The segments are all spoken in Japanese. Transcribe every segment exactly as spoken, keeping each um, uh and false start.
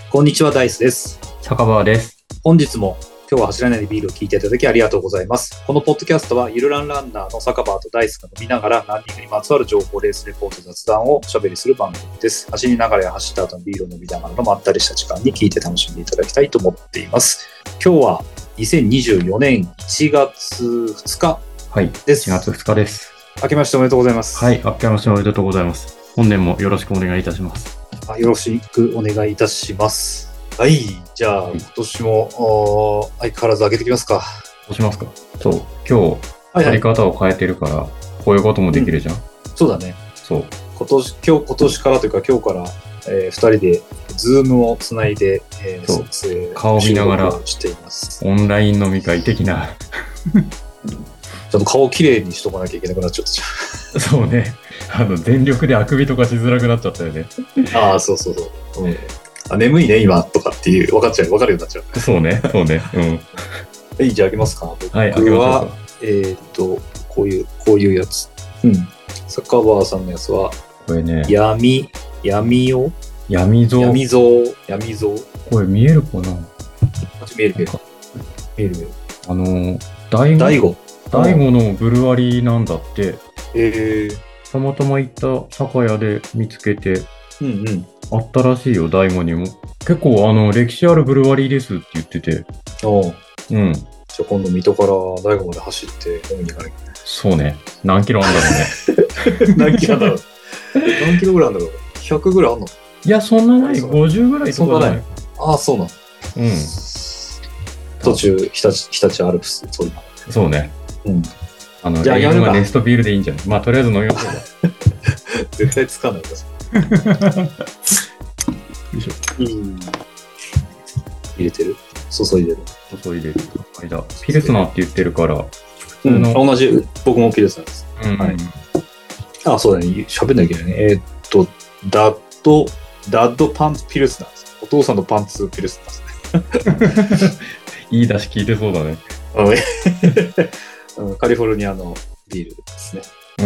こんにちは、ダイスです。 酒場です。 本日も今日は走らないでビールを聞いていただきありがとうございます。このポッドキャストはゆるランランナーの酒場とダイスが飲みながらランニングにまつわる情報、レースレポート、雑談をおしゃべりする番組です。走りながらや走った後のビールを飲みながらのまったりした時間に聞いて楽しんでいただきたいと思っています。今日はにせんにじゅうよねんいちがつふつかです。 はい、いちがつふつかです。 明けましておめでとうございます。 はい、明けましておめでとうございます。本年もよろしくお願いいたします。 よろしくお願いいたします。はい、じゃあ今年も相変わらず上げてきますか。 どうしますか。そう、今日やり方を変えてるから、はいはい、こういうこともできるじゃん、うん、 そうだね。 そう今年今日今年からというか今日から、えー、ふたりでズームをつないで、えー、 そう撮影顔見ながらしています。 オンライン飲み会的なちょっと顔きれいにしとかなきゃいけなくなっちゃったそうね、あの全力であくびとかしづらくなっちゃったよねああ、そうそうそう、うん、あ眠いね今とかっていう分かっちゃう分かるようになっちゃう。 そうねそうね、うん。 はい、じゃあ開けますか。僕は、 はい、開けましょうか。 えー、っとこういうこういうやつ、うん、坂場さんのやつはこれね、 闇闇を闇像闇像闇像これ見えるかな。 見える見える見える見える。 あの大悟大悟のブルワリーなんだって。 えー、 たまたま行った酒屋で見つけて、 うんうん、 あったらしいよ、大悟にも。結構あの歴史あるブルワリーですって言ってて。 おう、 うん。 じゃあ今度水戸から大悟まで走って飲みに行かなきゃ。 そうね。何キロあんだろうね。何キロあんだろう。何キロぐらいあんだろう。ひゃくぐらいあんの？ いや、そんなない。ごじゅうぐらいとかじゃない。 ああ、そうなの。 うん。 途中、日立、日立アルプス、そういうの。 そうね。 うん。 あの、じゃあやるか。ネストビールでいいんじゃない？まあ、とりあえず飲みましょうか。 絶対つかないです。 よいしょ。 うん。入れてる？注いでる？ 注いでる。間。ピルスナーって言ってるから。 うん、同じ、僕もピルスナーです。 うん、はい。 あ、そうだね。喋んなきゃいけないね。えー、っと、ダッド、ダッドパンツピルスナーです。お父さんのパンツピルスナーですね。 いい出し聞いてそうだね。 カリフォルニアのビールですね。 うん。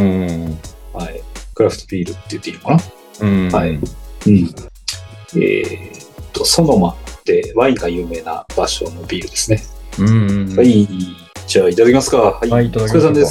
はい。クラフトビールって言っていいのかな？ うん。 はい。うん。えー、っと、ソノマってワインが有名な場所のビールですね。 うん。 はい。じゃあいただきますか。はい。 はい、いただきます。 お疲れさんです。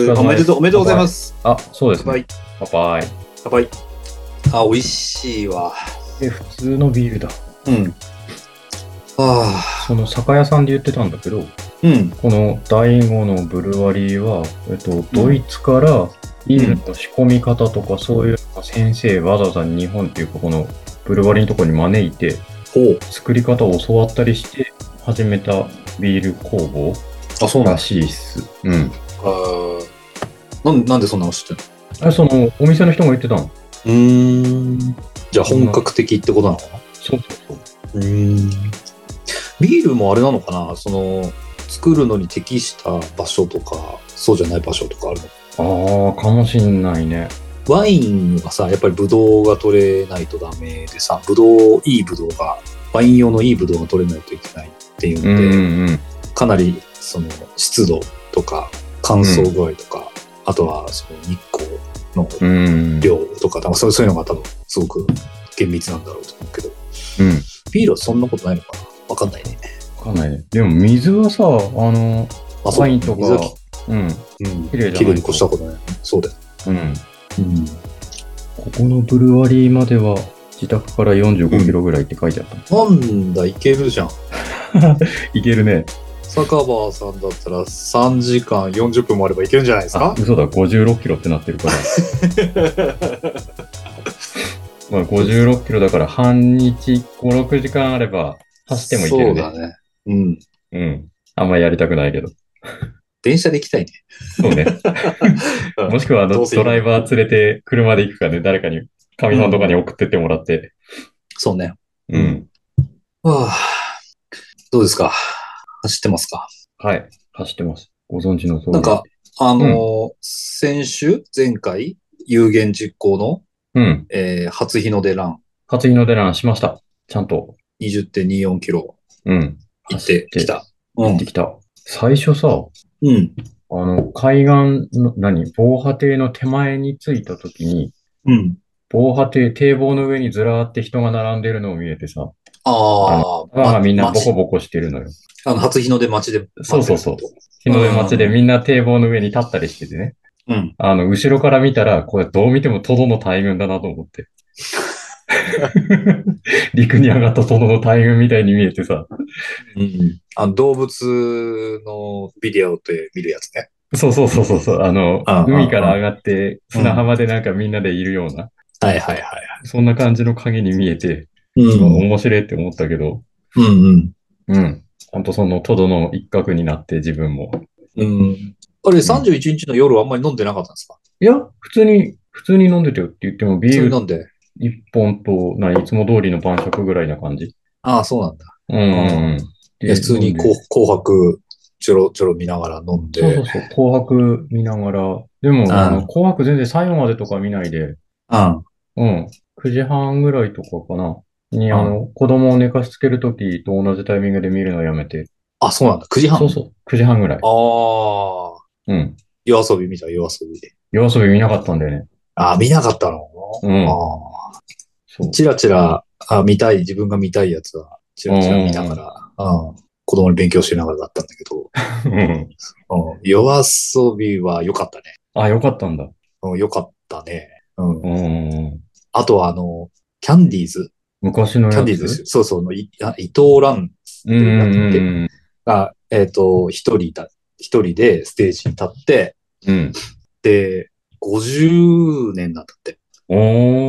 おめでとう、おめでとうございます。 あ、そうですね。 はい。 乾杯。 乾杯。あ、美味しいわ。 え、普通のビールだ。 うん。ああ。その酒屋さんで言ってたんだけど、 うん、 この大悟のブルワリーは、えっと、ドイツからビールの仕込み方とか、そういう先生わざわざ日本っていうかこのブルワリーのところに招いて、作り方を教わったりして始めたビール工房らしいっす。うん。 ああ、なんなんでそんなの知ってんの？ あ、そのお店の人も言ってたの。 うーん。じゃあ本格的ってことなのかな？ そうそうそう。 うーん。ビールもあれなのかな？その作るのに適した場所とかそうじゃない場所とかあるの？ああ、かもしんないね。 ワインはさ、やっぱりブドウが取れないとダメでさ、ブドウいいブドウがワイン用のいいブドウが取れないといけないっていうので、 うんうん、 かなりその湿度とか乾燥具合とか、うん、あとはその日光の量とか、うん、そういうのが多分すごく厳密なんだろうと思うけど、 うん、 ビールはそんなことないのかな？わかんないね。 わかんないね。でも水はさ、あのワインとか、 うん、 うん、 綺麗じゃない。綺麗に越したことない。そうだよ。 うん。うん、ここのブルワリーまでは自宅からよんじゅうごキロぐらいって書いてあった、 うん、なんだ、いけるじゃん。 いけるね。 坂場さんだったらさんじかんよんじゅっぷんもあればいけるんじゃないですか？ 嘘だ、ごじゅうろっキロってなってるからまあごじゅうろっキロだから半日ご、ろくじかんあれば走ってもいけるね。 そうだね。うん。 うん。あんまりやりたくないけど。 電車で行きたいね。 そうね。もしくはあのドライバー連れて車で行くかね、誰かに、かみさんとかに送ってってもらって。うん、 そうね。 うん。 はあ、どうですか？走ってますか？ はい。走ってます。ご存知の通り。 なんか、あのーうん、先週、前回、有言実行の、 うんえー、初日の出ラン。 初日の出ランしました。ちゃんと。 にじゅってんにじゅうよんキロ。 うん。 行ってきた。 行ってきた。最初さ、 うん。 あの、海岸の、何、防波堤の手前に着いたときに、 うん。 防波堤、堤防の上にずらーって人が並んでるのを見えてさ、 ああ、 川がみんなボコ街、 ボコしてるのよ。 あの、初日の出街でそうそうそう。 待ってるってこと？ 日の出町でみんな堤防の上に立ったりしててね。 うん。 あの、後ろから見たら、これどう見てもトドの大群だなと思って。陸に上がったトドの大群みたいに見えてさ。 うん。あの、動物のビデオで見るやつね。 そうそうそうそうそう。あの、 うん海から上うんがってうん。うん。 砂浜でなんかみんなでいるような、 はいはいはい。 そんな感じの影に見えて、 ううわ、 ん。 面白いって思ったけど、 うんうん。 うん。ほんとそのトドの一角になって自分も。 うん。あれ、 うん。 さんじゅういちにちの夜あんまり飲んでなかったんですか？ いや、普通に、普通に飲んでたよって言っても、 普ビール通に飲んで。 一本と、な、いつも通りの晩酌ぐらいな感じ。 ああ、そうなんだ。 うんうああ。 んうん。 いや、 で、 普通に紅飲んで。 紅白ちょろちょろ見ながら飲んで。 そうそうそう、紅白見ながら。でも、あの、 うん。 紅白全然最後までとか見ないで、 うん。 うん。くじはんぐらいとかかな。に、 うん。 あの、子供を寝かしつけるときと同じタイミングで見るのをやめて。 あ、そうなんだ。くじはん。 そうそう、くじはんぐらい。 ああ。 うん。 夜遊び見た、夜遊び。 夜遊び見なかったんだよね。 ああ、見なかったの？ うん。 ああ。 そチラチラ、あ、見たい、自分が見たいやつは、チう。うラチラ見なんうんがら、うん。子供に勉強しながらだったんだけど、 うん。うん。 うん。夜遊びは良かったね。 あ、よかったんだ。 うん、良かったね。ううん。 んうん。 あとは、あの、キャンディーズ。 昔のキャンやつ。 ディーズですよ。そうそう、いあ伊藤蘭うんって、なんだっけうんが、えっと、一人だ、一人でステージに立って、 うんうん。 で、ごじゅうねんなんだって。 うん。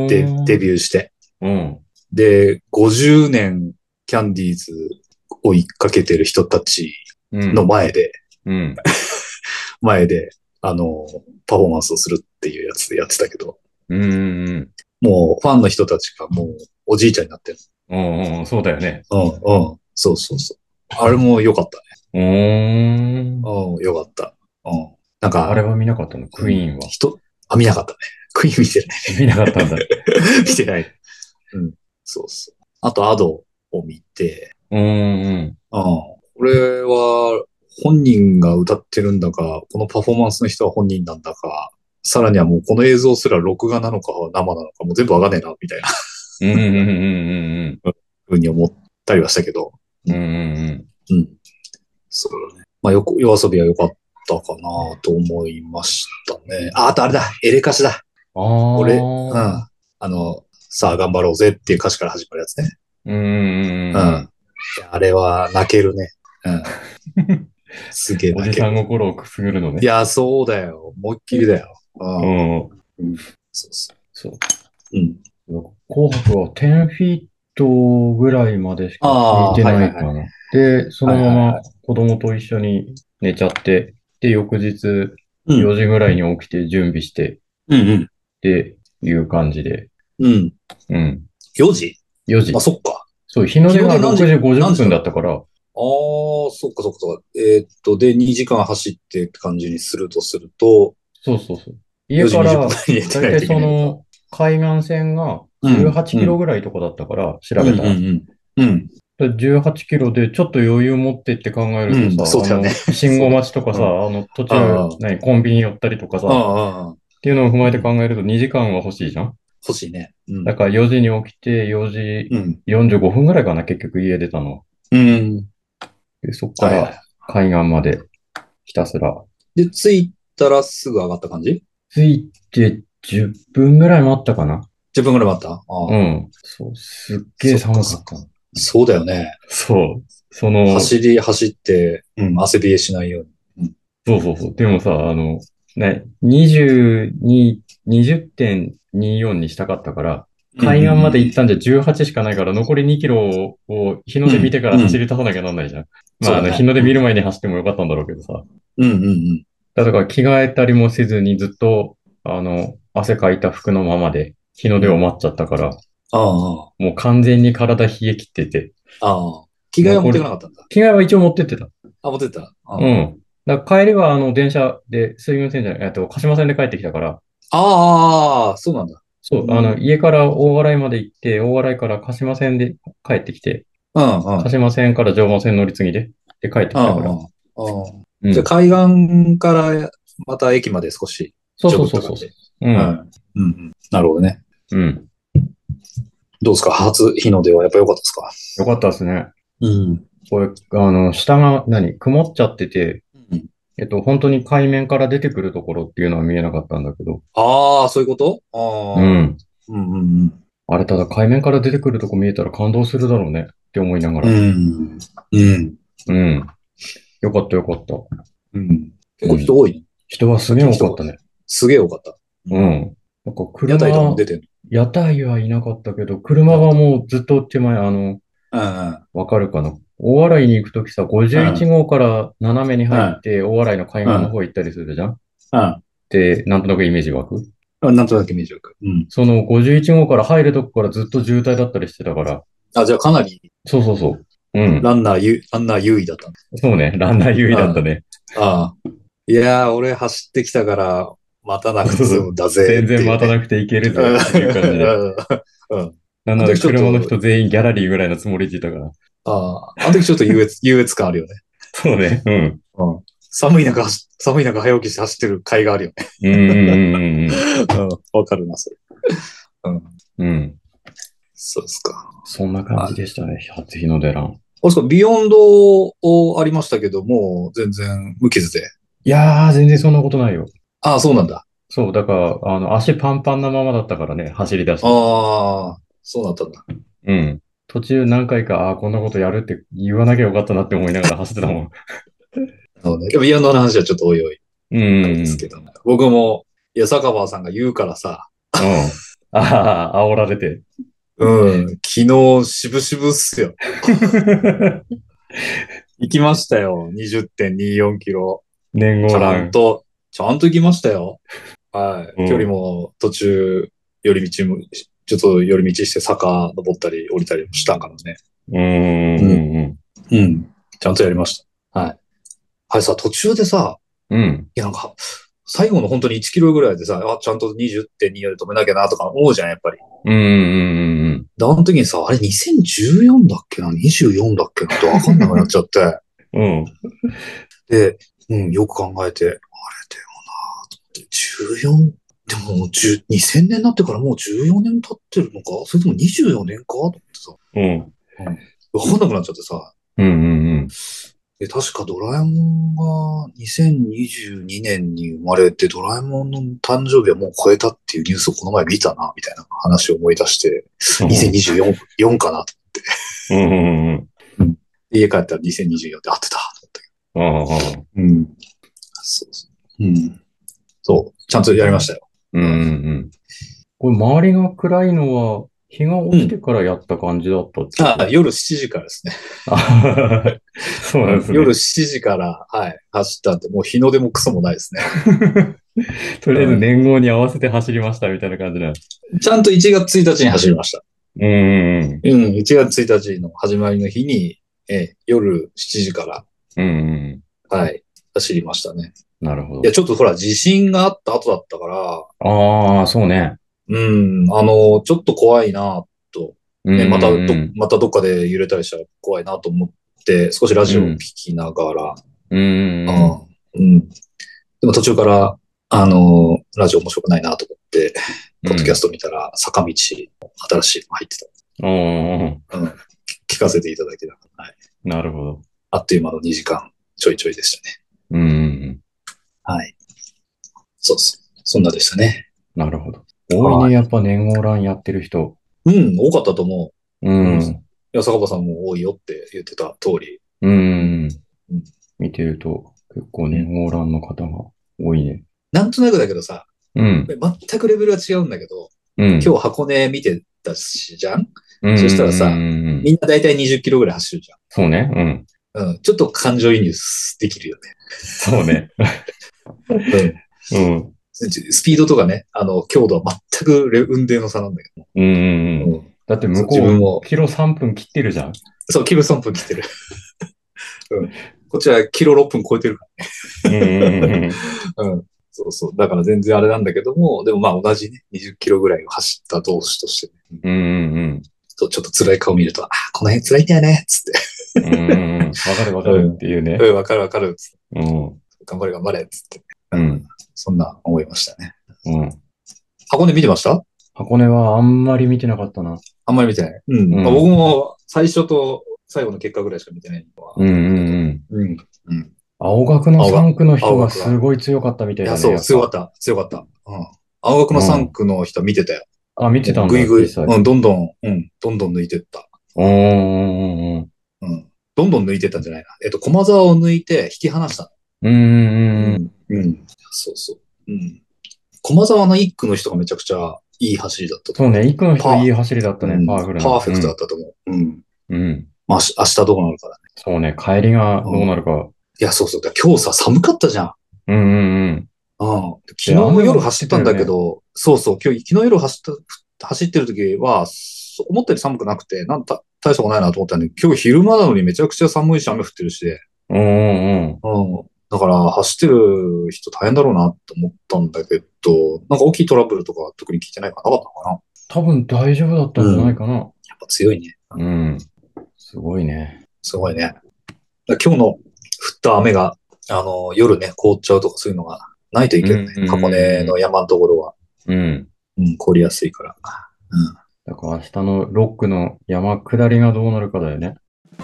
で、デおー。 ビューして。 うん。 で、ごじゅうねんキャンディーズを追いかけてる人たちのうん。 前で、 うん。 前で、あの、パフォーマンスをするっていうやつでやってたけど、 うんうんうん。 もうファンの人たちがもうおじいちゃんになってる。 うんうん。そうだよね。 うん、うん。そうそうそう。あれも良かったね。 うーん。 うん、良かった。うん。なんあれか、 は見なかったのうん、 クイーンは。 人、あ、見なかったね。クイーン見てない。 見なかったんだ。 見てない。うん。そうそう。あと、アドを見て、 うーん。 うん。これは、本人が歌ってるんだか、このパフォーマンスの人は本人なんだか、さらにはもうこの映像すら録画なのか生なのか、もう全部わかんねえな、みたいなうんうんうんうんふうに思ったりはしたけど。ううんうん。 ん。 うんうん。そうだね。まあ、よく、夜遊びは良かったかなと思いましたね。あ、あとあれだ。エレカシだ。 うん。 俺、うん。 ああ。 あの、さあ頑張ろうぜっていう歌詞から始まるやつね。 うんうんうん。 うんうん。 いやあれは泣けるね。うん。すげえおじ泣ける。 さん心をくすぐるのね。 いや、そうだよ。思いっきりだよ。 うああ。 ん。 うん。そうそそう。 う。うん。 紅白はじゅうフィートぐらいまでしあか聞いあ、 てはいはいはい。 ないかな。で、そのはいはいはい。 まま子供と一緒に寝ちゃって、で、翌日うん。 よじぐらいに起きて準備してうんうん。 っていう感じで。 うん。 うん。 よじ？ 4 あ、 時。 そっか。 そう、日の日出が6 の出何時、 時50分何時なの？ だったから、 ああ、そっかそっかそっか。えーっと、で、にじかん走ってって感じにするとすると、 そうそうそう。家 4時20分からに寝てないといけだいたいそないのか。 の海岸線が18 うん、 キロうん、 ぐらいとかだったからうん、 調べたら。 うん、うん。 でじゅうはちキロでちょっと余裕持ってって考えうん、 るとさ、 うん、そうだよね。 あの、信号そうだよ。 待ちとかさ、 うん。 あの、途中、 ああ、 何、コンビニ寄ったりとかあさ、 あ、ああ、 っていうのを踏まえて考うん。 えるとにじかんは欲しいじゃん。 欲しいね。うん、 だからよじに起きてよじうん、 よんじゅうごふんぐらいかな、結局家出たの。 うん。 で、そっかはいはい。 ら海岸までひたすら。 で、着いたらすぐ上がった感じ？ 着いてじゅっぷんぐらい待ったかな。 じゅう 分ぐらい待った？ああ、 うん。そう、すっげえそっか寒かったの。 そっか。そうだよね。 そう。その、 走り、走って、うん、汗びえしないように。うん。 そうそうそう。でもさ、あの、ね、にじゅうに、にじゅってんによんにしたかったから、 うん、うん、 海岸まで行ったんじゃじゅうはちしかないから、残りにキロを日のうん。 出見てからうん、うん。 走り出さなきゃなんないじゃん。まあ、あの、日そうだね。 の出見るうん。 前に走ってもよかったんだろうけどさ。 うん、うん、うん。 だから着替えたりもせずにずっと、あの、汗かいた服のままで日のうん。 出を待っちゃったから、 ああ、 もう完全に体冷え切ってて、 ああ。着替えは持って残り、 かなかったんだ。 着替えは一応持ってってた。 あ、持ってった。ああ。 うん。だから帰りはあの電車で、水郡線じゃない、えっと、鹿島線で帰ってきたから、 ああ、そうなんだ。 そう、あの、 うん。 家から大洗まで行って、大洗から鹿島線で帰ってきて、 うん、うん。 鹿島線から常磐線乗り継ぎで、で帰ってうん、 きたから。 うん。うん。じゃあ、 うん。 海岸からまた駅まで少しそうジョそうそうそう。 グった感じ。 うん。 うん。うん、うん。なるほどね。 うん。 どうですか初日の出はやっぱ良かったですか？ よかったですね。 うん。 これ、あの、下が何曇っちゃってて、 うん。 えっと、本当に海面から出てくるところっていうのは見えなかったんだけど。 ああ、そういうことああー。 うん。 うんうんあれ、ただ海面から出てくるとこ見えたら感動するだろうねって思いながうん。 ら。 うん。うん。 うん。よかったよかった。 うん。結うん。 構人多いね。 人はすげえさっき人が多かったね。 すげえ多かった。うん。 うん。なんか屋台とかも車、 出てん屋台はいなかったけど、車はのいなかった。 もうずっと手前、あの、 うんわかるかな。大洗に行くときさ、 うん。 ごじゅういち号から斜めにうん。 入って、大洗の海うん。 岸の方行ったりするじゃん。 うん。 で、なんとなくイメージ湧く。 うん。なんとなくイメージ湧く。うん。 そのごじゅういち号から入るとこからずっと渋滞だったりしてたから。 あ、じゃあかなりそうそうそう。うん。 ランナーゆ、ランナー優位だったんだ。 そうね。ランナー優位だったあね。 あ。ああ。いやー、俺走ってきたから、待たなそうくてそうそう。 済むんだぜ全然っていうね。 待たなくていけるぜうん。 っていう感じで。 うん。 なんならあの時ちょっと、 車の人全員ギャラリーぐらいのつもりでいたから。 ああ、あの時ちょっと優越、優越感あるよね。 そうね。うん。 うん。寒い中走、寒い中早起きして走ってる甲斐があるよね。 うんうんうんうん。わかるな、それ。うん。 うんうん。うん。 そうですか。 そんな感じはい。 でしたね。初日の出ラン。 あそこ、ビヨンドをありましたけど、もう全然無傷で。 いやー、全然そんなことないよ。 ああ、そうなんだ。 そう、だから、あの、足パンパンなままだったからね、走り出して。 ああ、そうなったんだ。 うん。途中何回か、ああー、こんなことやるって言わなきゃよかったなって思いながら走ってたもん。 なので、でもビヨンドの話はちょっとおいおい、 うんあれうんですけど、僕も、いや、坂場さんが言うからさ、 うん。うん。ああ、煽られて。 うん、昨日、渋々っすよ。行きましたよ。にじゅってんによんキロ。 年ち号欄。 ゃんと、ちゃんと行きましたよ。はい。距離うん。 も途中、寄り道も、ちょっと寄り道して坂登ったり降りたりもしたからね。 うんうんうん。 うん。 うん。ちゃんとやりました。はい。はいさ、途中でさ、 うん。 いやなんか、最後の本当にいちキロぐらいでさ、あ、ちゃんとにじゅってんによんで止めなきゃなとか思うじゃん、やっぱり。 うんうんで、あの時にさ、あれにせんじゅうよんだっけな ?にじゅうよん だっけなってわかんなくなっちゃって。 うんうん。 で、うん、よく考えて、あれでもなーってじゅうよん、でももうじゅう、にせんねんになってからもうじゅうよねん経ってるのかそれともにじゅうよねんかと思ってさ、 うん。 うん、わかんなくなっちゃってさ、 うんうんで、確かドラえもんがにせんにじゅうにねんに生まれて、ドラえもんの誕生日はもう超えたっていうニュースをこの前見たな、みたいな話を思い出して、 うん。 にせんにじゅうよん、よんかなとうんうんうん。 思って。うん、家帰ったらにせんにじゅうよんって合ってたと思ったけど。うん。そうそう。うん。そう。ちゃんとやりましたよ。 うんうんうん。これ周りが暗いのは日がうん。 落ちてからやった感じだったってこああ、 と？ 夜しちじからですね。 あそうなんうん。夜ですね。 しちじから、はい、走ったんで、もう日の出もクソもないですね。 とりあえずうん。 年号に合わせて走りましたみたいな感じだ。 ちゃんといちがつついたちに走りました。 うんうんうん。いちがつついたちの始まりの日に、えー夜しちじから、 うん。うんうん。 はい、走りましたね。 なるほど。 いや、ちょっとほら、地震があった後だったから、 ああ、そうね。 うん、あの、ちょっと怖いな、と。 うんね、またど、 うんまたどっかで揺れたりしたら怖いなと思って、少しラうん。うジオを聞ん。 きながら、 うんうんうん。 あーうん。でも途中から、あの、ラジオ面白くないなと思って、ポッドキャスト見たら、坂道、新しいの入ってうん。 た。うん。聞かせていただきながら、はい。 なるほど。 あっという間のにじかんちょいちょいでしたね。 うんうんうん。 はい。そうそう。そんなでしたね。 なるほど。多いね、 はい。 やっぱ年号欄やってる人。 うん、多かったと思うう。うん。いん。 や、坂場さんも多いよって言ってた通り。 うん。 うん。 見てると、結構うん。 年号欄の方が多いね。 なんとなくだけどさ、 うん。 全くレベルは違うんだけど、 うん。 今日箱根見てたし、じゃんうん。 そしたらさ、 うん。 みんなだいたいにじゅっキロぐらい走るじそうね。うん。 ゃん。うん。ちょっと感情移入できるよそうね。 ね。 うん。 うん。スピードとかね、あの、強度は全くレ運転の差なんだけど。 うん。うん。 うん。 だってそう、 向こう、 自分も、 キロさんぷん切ってるじゃん。 そう、キロさんぷん切ってる。うん。こっちはキロろっぷん超えてるかうん。うん。 ら。うん。そうそう。だから全然あれなんだけども、でもまあ同じね、にじゅっキロぐらいを走った同士としてね、 うん。うん。 そうちょっと辛い顔見ると、あ、この辺辛いんだよね、つって。 うん。わかるわかるっていうね。 うん、わかるわかる、つって。 うん。 頑張れ頑張れ、つって。うん。 うん。 そんな思いましたね。 うん。 箱根見てました？ 箱根はあんまり見てなかったな。 あんまり見てない。うん。 うんまあ、僕も最初と最後の結果ぐらいしか見てないのは。 うんうんうん。 うん。うん。 青学のさん区の人が青学がすごい強かったみたいいや、 だね、 そう、 やっぱ。 強かった。強かった。うん。青学のさん区の人見てたよ。 あ、見てたんだ、 ぐいぐい、 実際。 うん、どんどん、うん、どんどん抜いてった。 おーおーおーうん。どんどん抜いてったんじゃないな。えっと、駒沢を抜いて引き離したの。 うんうんうん。 うん。うん。そうそう。うん。駒沢の一区の人がめちゃくちゃいい走りだったと思う。 そうね、一区の人いいパ走りだったね、 ー、うん。 パワフルな。 パーフェクトだったと思う。うん。 うん。うん。 まあ、し明日どうなるからね。 そうね、帰りがどうなるか。 いや、そうそう。だ今日さ、寒かったじゃん。 うんうんうん。 うん。昨日で雨も夜降ってたよね走ったんだけど、そうそう。今日、昨日夜走った、走ってる時は、そ思ったより寒くなくて、なんた、大したことないなと思ったんで、今日昼間なのにめちゃくちゃ寒いし雨降ってるしで、 うんうんうん。 うん。だから走ってる人大変だろうなと思ったんだけど、なんか大きいトラブルとか特に聞いてないからなかったのか多分大丈夫だったんじゃないかな。 な。やっぱ強いね。 うん。すごいね。 すごいね。だから今日の降った雨が、あの、夜ね、凍っちゃうとかそういうのがないといいけどね。 うんうんうん箱根の山のところは、 うん。 うん、凍りやすいから。うん。 だから明日のロックの山下りがどうなるかだよね。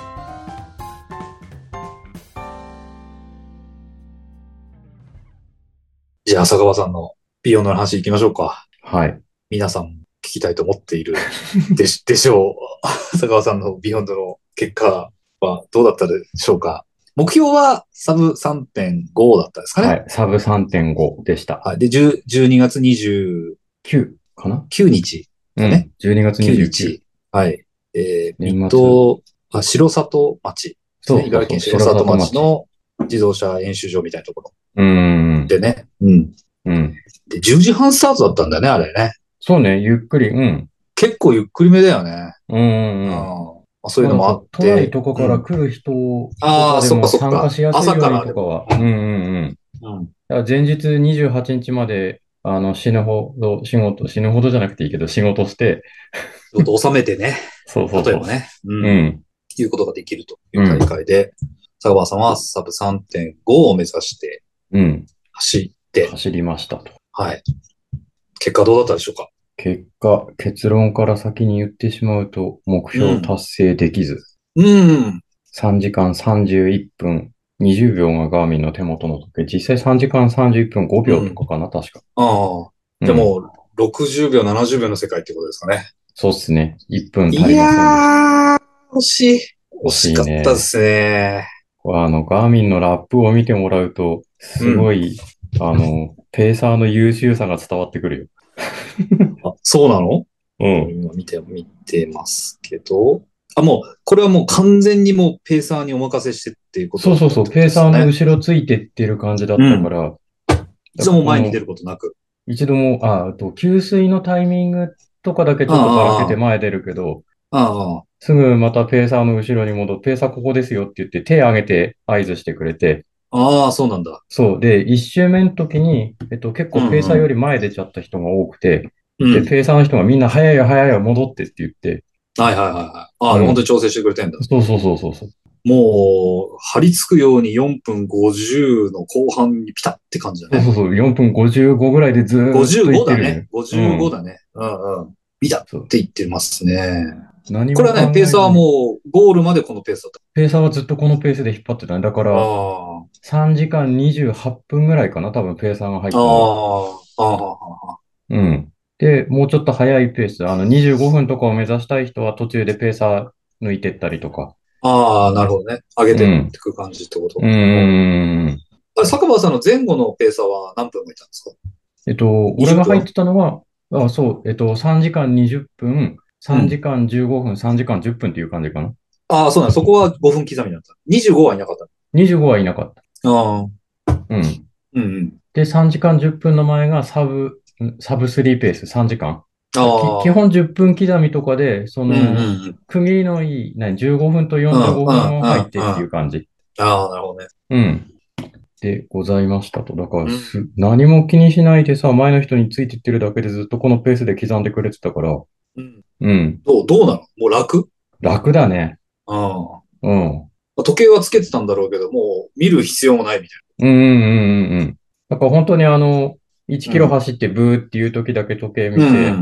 じゃあ、浅川さんのビヨンドの話行きましょうか。 はい。 皆さんも聞きたいと思っているでし、でしょう。浅川さんのビヨンドの結果はどうだったでしょうか。目標はサブ さんてんご だったですかね。 はい。サブ さんてんご でした。 はい。で、じゅうじゅうにがつにじゅうきゅうかなくにちうん。 ね。 じゅうにがつきゅうにじゅうく。 にち。はい。えー、 年末水戸、あ、城里町ですね。 そうそうそう茨城県城里町の自動車演習場みたいなところうーん。 でね。うん。 うん。 で、じゅうじはんスタートだったんだよね、あれね。 そうね、ゆっくり、うん。 結構ゆっくりめだよね。 うんうんうん。 うん。まあ、そういうのもあっ遠いて。 とこから来る人とああ、そっかかでもそっか。 参加しやすいように朝からでも。 とかは。うんうんうん。 うん。 だから前日にじゅうはちにちまで、あの、死ぬほど、仕事、死ぬほどじゃなくていいけど、仕事して、 仕事収めてね。 そうそうそう。 例えばね。う。 うんん。 いうことができるという大会で、坂場さんはサブ さんてんご を目指してうん。 走って、 走りましたと。 はい。結果どうだったでしょうか。 結果、結論から先に言ってしまうと、目標達成できず、 うん。 さんじかんさんじゅういっぷんにじゅうびょうがガーミンの手元の時計、実際さんじかんさんじゅういっぷんごびょうとかかな、確か。 ああ。 うんじゃあもうろくじゅうびょう、ななじゅうびょうの世界ってことですかね。 そうっすね。いっぷん足いりませんでした。 やー、惜しい。惜惜しかっしいね。 たですね。 あの、ガーミンのラップを見てもらうと、すごい、あの、ペーサーの優秀さが伝わってくるよ。 あ、そうなの？ うん。 今見て、見てますけど。あ、もう、これはもう完全にもうペーサーにお任せしてっていうことそうそうそう、 ってことですよね。 ペーサーの後ろついてってる感じだったから、 一度も前に出ることなく。 一度も、あ、あと、給水のタイミングとかだけちょっとばらけて前出るけど、 ああ、 すぐまたペーサーの後ろに戻って、ペーサーここですよって言って手挙げて合図してくれて、 ああ、そうなんだ。 そう。で、一周目の時に、えっと、結構ペーサーより前出ちゃった人が多くて、で、 うん。 ペーサーの人がみんな早いよ早いよ戻ってって言って、 はいはいはいはい。ああ、 うん本当に調整してくれてんだ。 そうそうそうそうそう。 もう、張り付くようによんぷんごじゅうの後半にピタって感じだね。 そうそうそう。よんぷんごじゅうごぐらいでずーっと言 55 ってるよだね。ごじゅうごだね。うんうん。ビタって言ってますね。 何もこれはね、ペーサーはもうゴールまでこのペースだっペーサーはずっとこのペースで引っ張ってたね。だかた。 ら、 ああ。 さんじかんにじゅうはっぷんぐらいかな、多分ペーサーが入ったあのは。 あ。ああ。ああ。 うん。で、もうちょっと早いペース、あの、にじゅうごふんとかを目指したい人は途中でペーサー抜いてったりとか。 ああ、なるほどね。上げてうんってく感じってこと。 うんうんうんうん。 あれ、坂場さんの前後のペーサーは何分もいたんですか？ えっと、俺が入ってたのは、あ、そう、えっと、さんじかんにじゅっぷん、さんじかんじゅうごふん、さんじかんじゅっぷんっていう感じかな。 ああ、そうなんだ。そこはごふん刻みだった。にじゅうごはいなかった。 にじゅうごはいなかっああ。 た。うん。 うんうん。 で、さんじかんじゅっぷんの前がサブ、んサブスリーペース、さんじかん。 ああ。 き基本じゅっぷん刻みとかで、その、 うんうんうん。 区切りのいい、何、じゅうごふんとうんうんよんじゅうごふんうんを入ってっていう感じ。 ああ、なるほどね。 うん。でございましたと。だからうん。 す、何も気にしないでさ、前の人についてってるだけでずっとこのペースで刻んでくれてたから、 うん。 うん。 どう、どうなの？もう楽？ 楽だね。 あうん。 あ。時計はつけてたんだろうけど、もう見る必要もないみたいうんうんうんうんうん。だから本当にあの、いちキロな。 走ってブーっていう時だけ時計うん。う見て、 ん。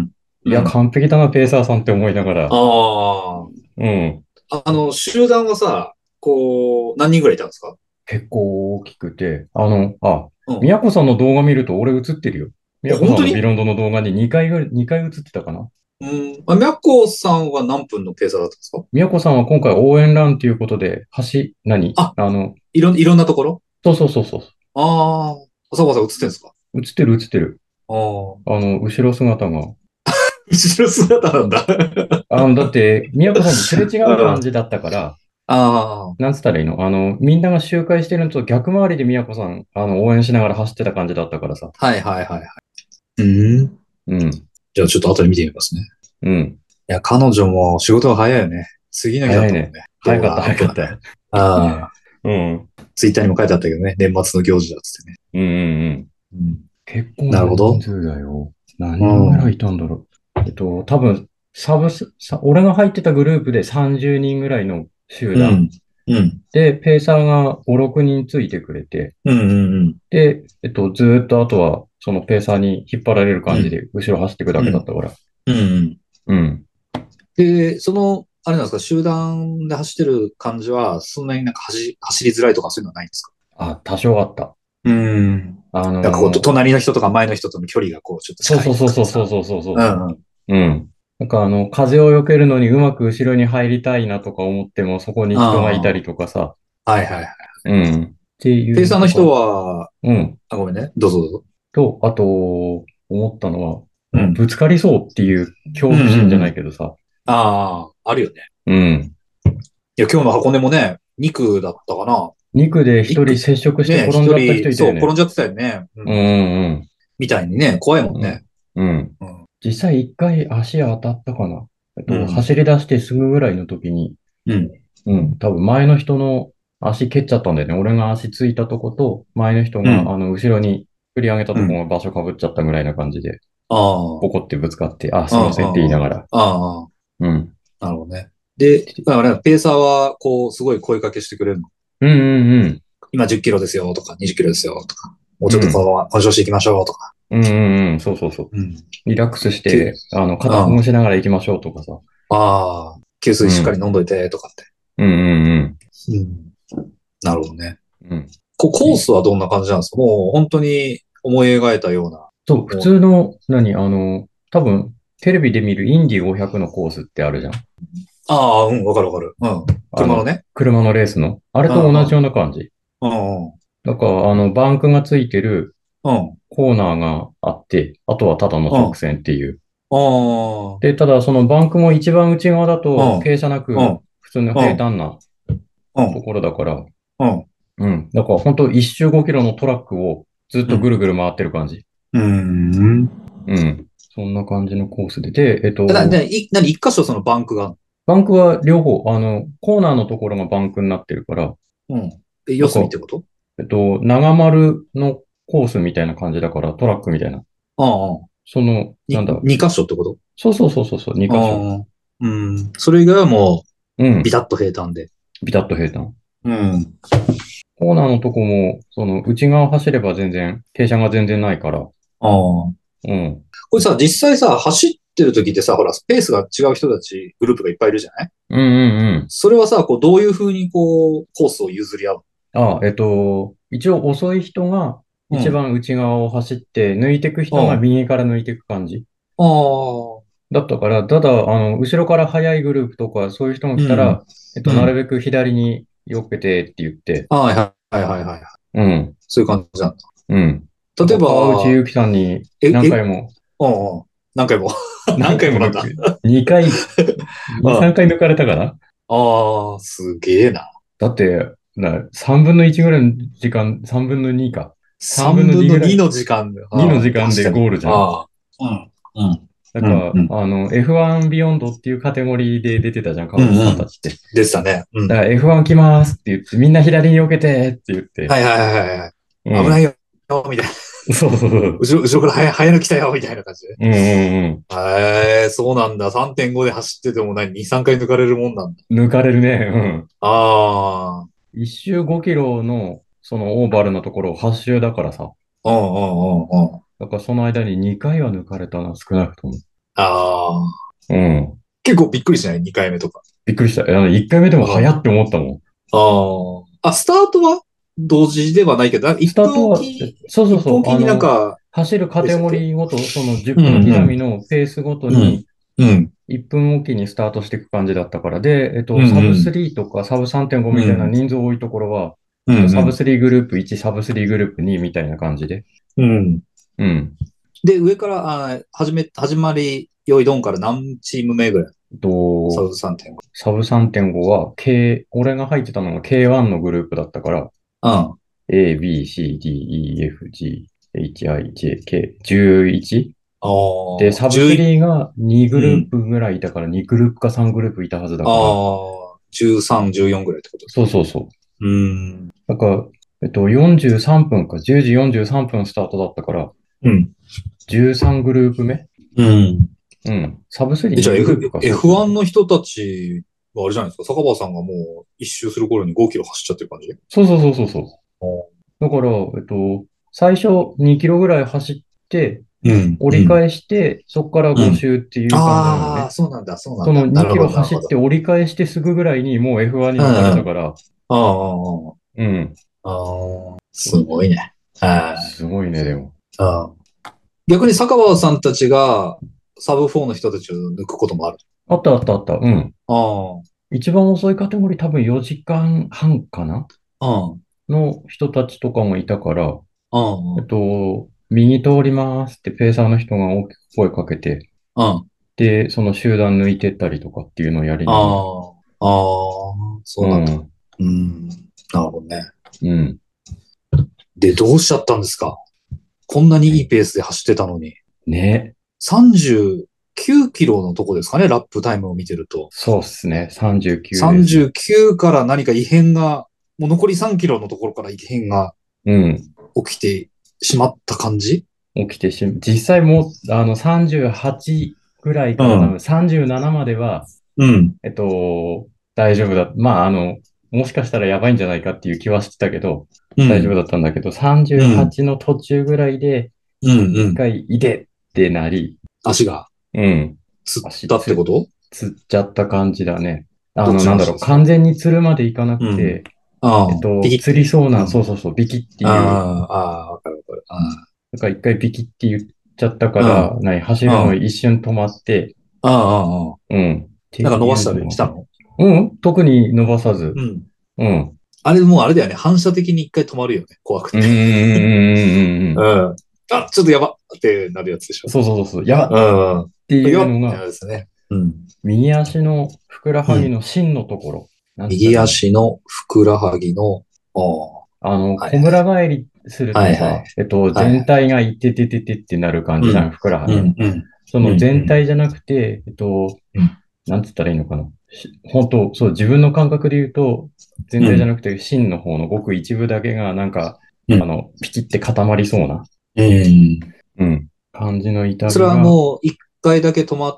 いや、完璧だな、ペーサーさんって思いながら。 ああ。 うん。 あの、集団はさ、こう、何人ぐらいいたんですか？ 結構大きくて、あの、あ、 うん。 宮子さんの動画見ると俺映ってるよ。 あ、 宮子さんのビ本当に？ ロンドの動画ににかいぐらい、にかい映ってたかな。 うん。あ、みゃこさんは何分のペーサーだったんですか？ 宮子さんは今回応援ランということで、橋、何あ、 あの、 いろん、いろんなところ。 そうそうそうそう。 ああ、さこさん映ってんですか？ 映ってる映ってる。 ああ。 あの、後ろ姿が。 後ろ姿なんだ。 あの、だって、宮子さんとすれ違うん。 う感じだったから、 あなんつったらいいのあの、みんなが周回してるのと逆回りで宮子さん、あの、応援しながら走ってた感じだったからさ。 あ、はいはいはいはい。うん。 うん、 じゃあちょっと後で見てみますね。 うん。 いや、彼女も仕事が早いよね。次の日だ早いね。 ったもんね。動早かった、 画アップがね。 早かった。 ああ、 うん。 ツイッターにも書いてあったけどね。年末の行事だっつってね。 うんうんうん。 うん。 結構ななるほど。 人数だよ。何う人ぐらいん。 いたんだろう。えっと、多分、サブス、さ、俺が入ってたグループでさんじゅうにんぐらいの集団。 うん。うん。 で、ペーサーがご、ろくにんついてくれて、 うん。うん。 で、えっと、ずーっとあとは、そのペーサーに引っ張られるうん。 感じで、後ろ走っていくだうん。 けだったから。 うん。 うん。 で、その、あれなんですか、集団で走ってる感じは、そんなになんか走、走りづらいとかそういうのはないんですか？ あ、多少あった。 うん。 あなんかこう、とのー隣の人とか前の人との距離がこう、ちょっとそうそう近いとそうそうそうかでさ。 そうそうそう。 うんうん。 うん。なんかあの、風を避けるのにうまく後ろに入りたいなとか思っても、そこに人がいたありとかさ。 あ、はいはいはい。 うん。っていペイさんの人うのとか。 は、 うん。 あ、ごめんね。どうぞどうぞ。 と、あと、思ったのは、まあ、 うん。 ぶつかりそうっていう恐うんう怖心じゃんうん。 ないけどさ。 ああ、あるよね。 うん。 いや、今日の箱根もね、に区だったかな。 肉で一いっ区、 人接触してね、 転んじゃった人一人、そう、 いたよね。 転んじゃってたよね。ううんん。 うんみたいにね、怖いもんうん。 ね。 うん。うん。 うん。 実際一回足当たったかな。えっと、 うん。 走り出してすぐぐらいの時に、 うん。 うん、多分前の人の足蹴っちゃったんだよね。俺が足ついたとこと、前の人が、 うん。 あの、後ろに振り上げたとこうん。 が場所かぶっちゃったぐらいな感じで、 ああ、 ポコってぶつかって、あ、 あすいませんって言いなあ、 がら。 ああ、 うん。 なるほどね。で、だからね、ペーサーは、こう、すごい声かけしてくれるの。 うんうん今じゅっキロですよとか、にじゅっキロですよとか、もううん。 ちょっとこのうん。 まま、この調子行きましょうとか。 うんうんうん。そうそうそう。 うん。 リラックスしきて、あの、肩ほぐあしながら行きましょうとかさ。 あ、ああ、給水しっかりうん。 飲んどいてとかって。 うんうんうん。なるほどね。 うん。うん。 こコーいスはどんな感じなんですか？もう本当に思い描いたような。 そう、普もう、 通の、何、あの、多分、テレビで見るインディごひゃくのコースってあるじゃん。 ああ、うん、わかるわかる。うん。 あの、 車のね。 車のレースの。あれうん、うん、 と同じような感じ。 うん、うん。 だから、あの、バンクがついてるうん、 コーナーがあって、あとはただのうん、 直線っていう。 ああ、 で、ただそのバンクも一番内側だとうん、 傾斜なくうん、 普通のうん、 平坦なうん、 ところだから、 うん、 うん。だから本当一周ごキロのトラックをずっとぐるぐる回ってる感じ。 うん。 うん。そんな感じのコースで。で、えっな、な、 と、 い、なに、一箇所そのバンクがあるバンクは両方、あの、コーナーのところがバンクになってるから、 の？うん。え、四なんか、 隅ってこと？ えっと、長丸のコースみたいな感じだから、トラックみたいな。 ああ、 その、なんに、 だ、 二箇所ってこと？ そうそうそうそうそう、に箇所。 ああ、うん。それ以外はもう、ビうん。 タッと平坦で。 ビタッと平坦。 うん。 コーナーのとこも、その、内側走れば全然、傾斜が全然ないから、 ああ。 うん。 これさ、実際さ、走ってる時ってさ、ほら、スペースが違う人たち、グループがいっぱいいるじゃない？ うんうんそれはさ、こう、どういうふうにこう、コースを譲り合ううん。あ、えっと、一応遅い人がの？うん。 一番内側を走って、抜いていく人がうん。 右から抜いていく感じ。 ああ。 だったから、ただ、あの、後ろから速いグループとか、そういう人がうん。 来たら、えっと、なるうん。 べく左に避けてって言って、 はいはいはいはいはい。 うん、 そういう感じなんうん。 だ。例えだから川内ば、 優輝さんにえ、え、 何回も、 うんうん。何回も何何回も抜く、 回もなんだ。 にかい、に、3 うん。 回抜かれたかな。 ああ、すげえな。 だって、な、さんぶんのいちぐらいの時間、さんぶんのにか。3分 3 の分のにぐらにい、 の時間で、 にのああ、 時間でで走ってんの。 ゴールじゃん。 ああ。うん。うん。うん。 だから、 うん。 あの、エフワン ビヨンドっていうカテゴリーで出てたじゃん、 うん。 川内うん。 さんたちって。 でしたね。うん。 だから エフワン 来ますって言って、みんな左に避けてって言って、 はいはいはいはい。 うん。 危ないよ、みたいな。 そうそうそう。 後ろ、後ろから早早抜きたよ、みたいな感じで。 うんうんへえ、そうなんだ。さんてんごで走ってても何？ に、さんかい抜かれるもんなんだ。 うん。抜かれるね。 ああ、 うん。一周ごキロの、そのオーバルなところをはち周だからさ。 うんうんうんうん。 だからその間ににかいは抜かれたな、少なくとも。 ああ。 うん。 結構びっくりしない ?に 回目とか。 びっくりした。あの、いっかいめでも早って思ったもん。 ああ。あ、スタートは同時ではないけど、1 スタート分おは、えき、1 そうそうそう、 分おきになんあの、 か、 走るカテでしたっけ？ ゴリーごと、その10 うん分刻うん。 みのペースごとうん。 に、 うん。 いっぷんおきにスタートしていく感じだったから。で、えっと、 うんサブうん。 スリーとかサブさんてんごみたいなうん。 人数多いところは、 うんえっと、サブうん。 スリーグループいち、サブスリーグループにみたいな感じで。 うん。 うん。 で、上から、あ、始め、始まり、よいどんから何チーム目ぐらい？サと、 ウスさんてんご。 サブさんてんごは、K、俺が入ってたのが ケーワン のグループだったから、 うん。 A, B, C, D, E, F, G, H, I, J, K、じゅういち。 あで、 あ、 サブスじゅういち、 リーがにグうん。 ループぐらいいたから、にグループかさんグループいたはずだあから、 あ、じゅうさん、じゅうよんぐらいってことですか？ そうそうそう。 うーん。 だから、えっと、よんじゅうさんぷんか、じゅうじよんじゅうさんぷんスタートだったから、 うん。 じゅうさんグループ目。 うん。 うん。サブスリーえ、じゃあにグルー F、 プか、そうそうエフワンそう。 の人たちはあれじゃないですか。坂場さんがもう一周する頃にごキロ走っちゃってる感じ？ そうそうそうそうそう。 あーだから、えっと、最初にキロぐらい走って、 うん、うん、 折り返して、そこからごうん。 周っていう感じなのああ、 ね。 そうなんだ、そうなそのんだ。な 2キロるほど、なるほど。 走って折り返してすぐぐらいにもう エフワン にうん、 分かれたうん。 から、 ああ、 うん。 ああ、すそうそう。 ごいね。はい。 すごいね、でも。 あー逆に坂場さんたちがサブフォーの人たちを抜くこともある？ あったあったあった。うん。 あ一番遅いカテゴリー多分よじかんはんかなあ、うん、 の人たちとかもいたから、 うん、 えっうん、 と、右通りますってペーサーの人が大きく声かけて、 うん。 で、その集団抜いてったりとかっていうのをやりながら。 ああ、ああ、そうなんだ。 うん、 うん、なるほどね。 うん。 で、どうしちゃったんですか？こんなにいいペースで走ってたのに。 ね。 さんじゅうきゅうキロのとこですかね、ラップタイムを見てると。 そうっすね。さんじゅうきゅうです。 さんじゅうきゅうから何か異変が、もう残りさんキロのところから異変がうん。 起きてしまった感じ？ 起きてし、実際もう、あの、さんじゅうはちぐらいから多分うん、 さんじゅうななまでは、 うん、 えっと、大丈夫だ。まあ、あの、もしかしたらやばいんじゃないかっていう気はしてたけど、大丈夫うん、 だったんだけど、 うん、 さんじゅうはちの途中ぐらいで、 うん、うん。 一回、いでってなり、 足がうん。 つったってこ足つ、 と？ つっちゃった感じだね。あの、 どっちのなんだろう、 足ですか？ 完全につるまでいかなくうん。 て、えっああ、ピと、 キって。 釣りそうな、 うん。 そうそうそう、ビキってあいう、 あ、ああ、わかるわかる。あだから一回ビキって言っちゃったかあ、 ら、何、走うん、 るのうん。 一瞬止まって、 ああ、ああ、 うん。っていうなんか伸ばしたのが、 りしたの？ うん、特に伸ばさず、 うん。 うん。 あれもうあれだよね。反射的に一回止まるよね。怖くて。 うん、うん、うん、うん、うん。 うん。あ、ちょっとやばってなるやつでしょ。 そうそうそうそう、やっうん。 ていうやばってなのが、 るですね。うん。 右足のふくらはぎうん。 の芯のところ、なんつった右らいいの？ 足のふくらはぎの、おーあの、 はいこむら返りするはい。はいはい。 とさ、えっと、 はいはい。 全体がいててててってなる感じじゃん、 うん。 ふくらはぎの。 うん。うん。 そのうん。うん。 全体じゃなくて、えっと、 うん。 なんつったらいいのかな。し本当、そう、自分の感覚で言うと、全うん。 体じゃなくて、芯の方のごく一部だけが、なんか、 うん。 あの、ピキって固まりそうな、 うん。 うん、感じの痛それはみが、 もう一回だけ止まって、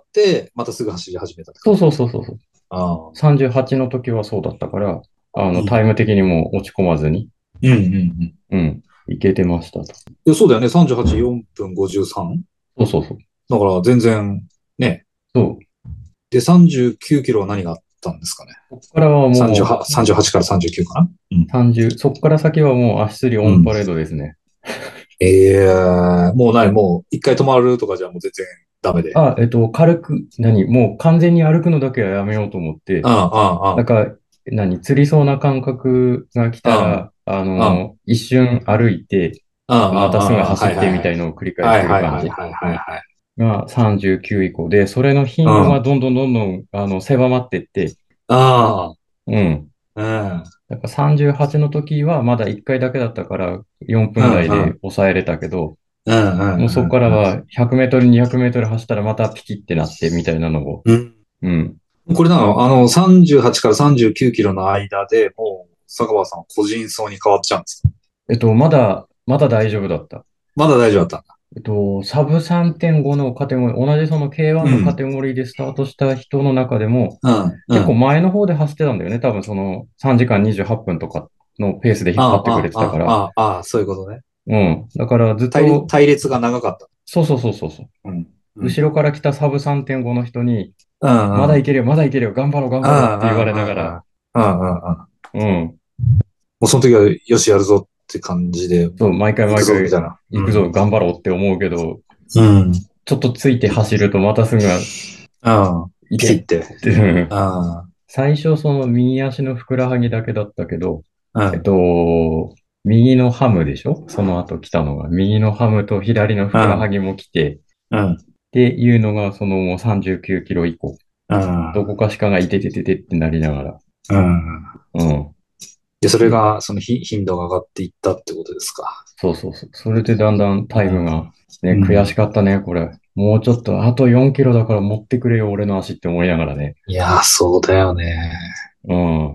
またすぐ走り始めたってそう感じ？ そうそうそうそう。 ああ。 さんじゅうはちの時はそうだったから、あの、タイうん。 ム的にも落ち込まずに、 うん。うん。うん。 うん、いけてましたと。 いや、そうだよね。さんじゅうはち、よんぷんごじゅうさん。 そうそうそう。 だから全然、ね。 そう。 で、さんじゅうきゅうキロは何があったんですかね。 こっからはもさんじゅうはち、さんじゅうはちからさんじゅうきゅうかな。うん。 うさんじゅう、そっから先はもう足つりオうん。 ンパレードですね。 ええー、もうない、もう一回止まるとかじゃもう全然ダメで。 あ、えっと、軽く、何もう完全に歩くのだけはやめようと思って、 ああ、あなんか、何釣りそうな感覚が来あ、あたら、ああ、あの、一瞬歩いて、 あ、あまたすぐあ、ああ、 走ってみはいはいはい。 たいのを繰り返はいしてるはいはい感じはいはいはい。 がさんじゅうきゅう以降で、それのうん。 頻度がどんどんどんどん、あの、狭まってって、 あうん。 あ、うん。 だからさんじゅうはちの時はまだいっかいだけだったからよんぷんうん、 台でうん。 抑えれたけど、 うん、うん、 もうそこからはひゃくメートル、にひゃくメートル走ったらまたピキってなってみたいなのを、 うん。 うん。 うん。これなのあの、さんじゅうはちからさんじゅうきゅうキロの間でもう、坂場さん個人走に変わっちゃうんですか？ えっと、まだ、まだ大丈夫だった。 まだ大丈夫だったんだ。 えっと、サブさんてんごのカテゴリー、同じその ケーワン のカテうん。 ゴリーでスタートした人の中でも、 うん、う結構ん。 前の方で走ってたんだよね。多分そのさんじかんにじゅうはっぷんとかのペースで引っ張ああ、 ってくれてああ、 たから。 ああ、ああ、そういうことね。 うん。だからずっ隊列、 と、 隊列が長かった。 そうそうそうそうそう。 うん。 後ろから来たサブさんてんごの人に、 うんうん、 まだいけるよ、まだいけるよ、頑張ろう、頑張ろうって言われながら、 うんうんうんうん。 うん。 もうその時は、よし、やるぞって感じで、 そう、 もう、 毎回行くぞ、み毎回、 たいな。 行くぞ、頑張ろうって思うけど、 うん。 ちょっとついて走るとまたすぐ、 うん。 いけっピキって。 て、うんうん。 最初その右足のふくらはぎだけだったけど、えっうん。 と、右のハムでしょその後来たのが。右のハムと左のふくらはうん。 ぎも来て、 うん。 っていうのがそのもうさんじゅうきゅうキロ以降。 うん。 どこかしかがいててててってなりながら。 うん。 うん。 で、それで、 が、そのひ頻度が上がっていったってことですか。 そうそうそう。それでだんだんタイムが、ね、 うん。う悔しん。 かったね、これ。もうちょっと、あとよんキロだから持ってくれよ、俺の足って思いながらね。 いやー、そうだよね。 うん。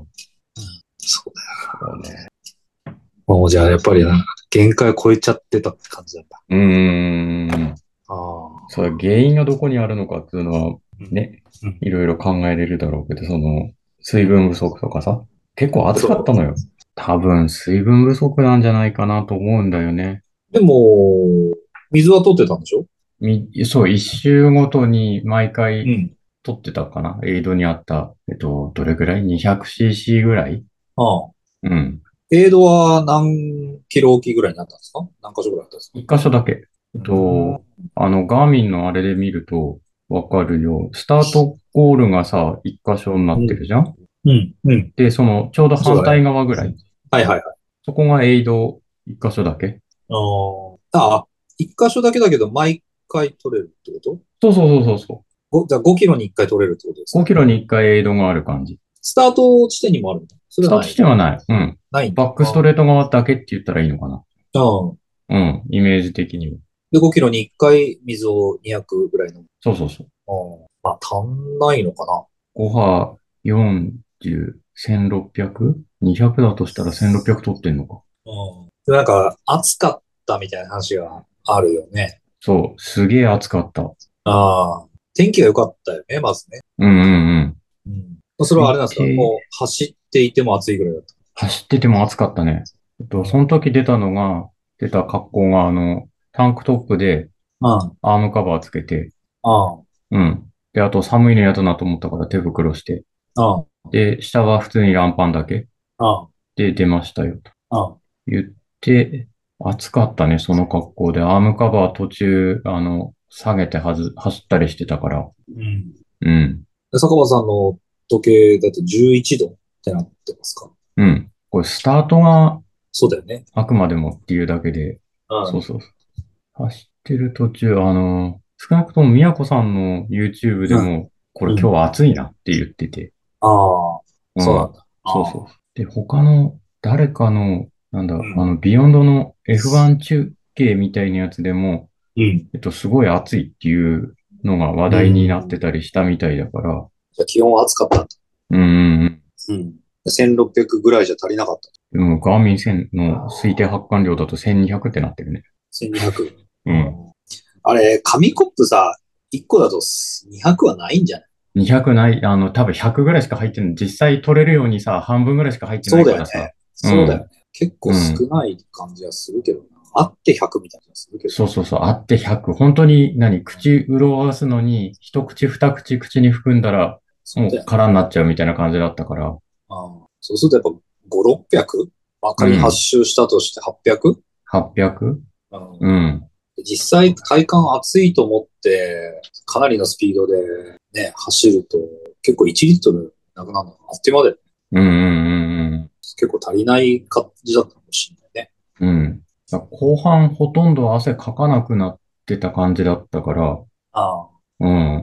そうだよ。 そうね。 もうじゃあ、やっぱりな、限界を超えちゃってたって感じなんだ。 うーん。 ああ。 それ原因がどこにあるのかっていうのは、 うん。 ね、 うん。 いろいろ考えれるだろうけど、その、水分不足とかさ、結構暑かっそたのよ。多分、水分不足なんじゃないかなと思うんだよね。 う。でも、水は取ってたんでしょ？ み、そう、一周ごとに毎回うん。 取ってたかな。エイドにあった、えっと、どれぐらい？ にひゃくシーシー ぐらい。 ああ。 うん。 エイドは何キロおきぐらいになったんですか？何箇所ぐらいあったんですか？ 一箇所だけ。えっうーん。 と、あの、ガーミンのあれで見るとわかるよ。スタートゴールがさ、一箇所になうん。 ってるじゃん。 うん。うん。 で、その、ちょうど反対そうだね。 側ぐらい。 はいはいはい。 そこがエイド一箇所だけ。 あーああ、一箇所だけだけど、毎回取れるってこそうそうそうそうそと？ごじゃあごキロにいっかい取れるってことですう。ごか？ キロにいっかいエイドがある感じ。 スタート地点にもあるの？それスタートはない？ 地点はない。うん。 ないんだ。 バックストレート側だけって言ったらいいのかな。 ああ。 うん。イメージ的には。 で、ごキロにいっかい水をにひゃくぐらい飲む。 そうそうそう。 ああ。まあ、足んないのかな。 ご波よんじゅう、せんろっぴゃく？ にひゃく だとしたらせんろっぴゃく取ってんのか。 うん。で、なんか、暑かったみたいな話があるよね。 そう。すげえ暑かった。 ああ。天気が良かったよね、まずね。 うんうんうん。 うん。それはあれなんですか？ で、 もう、走っていても暑いぐらいだった？ 走ってても暑かったね。えっと、その時出たのが、出た格好が、あの、タンクトップでうん。 アームカバーつけて、 ああ。 うん。で、あと寒いの嫌だなと思ったから手袋して、 ああ。 で、下は普通にランパンだけああ。 で出ましたよとああ。 言って、暑かったね、その格好で。アームカバー途中、あの、下げてはず、走ったりしてたから。 うん。 うん。 で坂場さんの時計だとじゅういちどってなってますか？ うん。これ、スタートがそうだよね。 あくまでもっていうだけで、 うん。 そうそうそう。走ってる途中、あの、少なくとも宮子さんの YouTube でうん。 も、これうん。 今日暑いなって言ってて。 ああ。 うん。 そうなんだ。 そうそう。 ああ。 で、他の誰かの、なんだ、 うん。 あの、ビヨンドの エフワン 中継みたいなやつでも、 うん。 えっと、すごい暑いっていうのが話う題になってん。 たりしたみたいだから、 じゃあ気温は暑かったんだ。 うんうんうん。 うん。せんろっぴゃくぐらいじゃ足りなかった。 でも、ガーミン線の推定発汗量だとせんにひゃくってなってるね。 せんにひゃく。 うん。 あれ、紙コップさ、いっこだとにひゃくはないんじゃない？ にひゃくない、あの、多分ひゃくぐらいしか入ってない。実際取れるようにさ、半分ぐらいしか入ってなそういからさ。 だよね。 うん。 そうだよね。結構うん。 少ない感じはするけどな。あってひゃくみたいな気がするけど。 そうそうそう。あってひゃく。本当に何、口潤わすのに、一口二口口に含んだら、もうそうだよね。 空になっちゃうみたいな感じだったから。 ああ、そうするとやっぱご、ろっぴゃく？まあ、仮に発うん。 周したとして はっぴゃく？ はっぴゃく？ うん。 うん。 実際体感暑いと思って、かなりのスピードでね、走ると結構いちリットルなくなるのあっという間でうんうん結構足りない感じだったかもしれないね。 うんうん。うん。だから後半ほとんど汗かかなくなってた感じだったから、 ああ、 うん。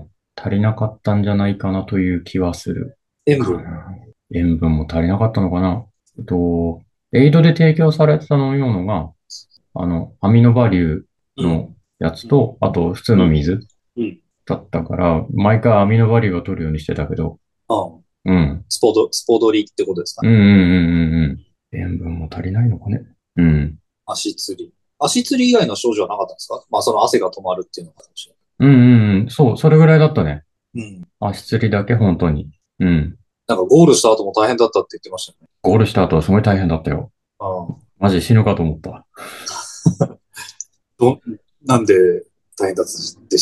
足りなかったんじゃないかなという気はする塩分。 かな。塩分も足りなかったのかな。えっと、エイドで提供されてた飲み物が、あの、アミノバリューうん。 のやつと、あと普通うん。 の水うん。 だったから、毎回アミノバリューを取るようにしてたけど、 ああ、 うん。 スポド、スポドリってことですかね。 うんうんうんうんうん。塩分も足りないのかね。うん。 足つり。足つり以外の症状はなかったんですか？まあその汗が止まるっていうのがかもしれうんうんうん。そう、それぐらいだったね。 ない。うん。 足つりだけ本当に。うん。 なんかゴールした後も大変だったって言ってましたよね。 ゴールした後はすごい大変だったよ。 ああ。 マジ死ぬかと思った。 ど、なんで大変だったでしたっけ？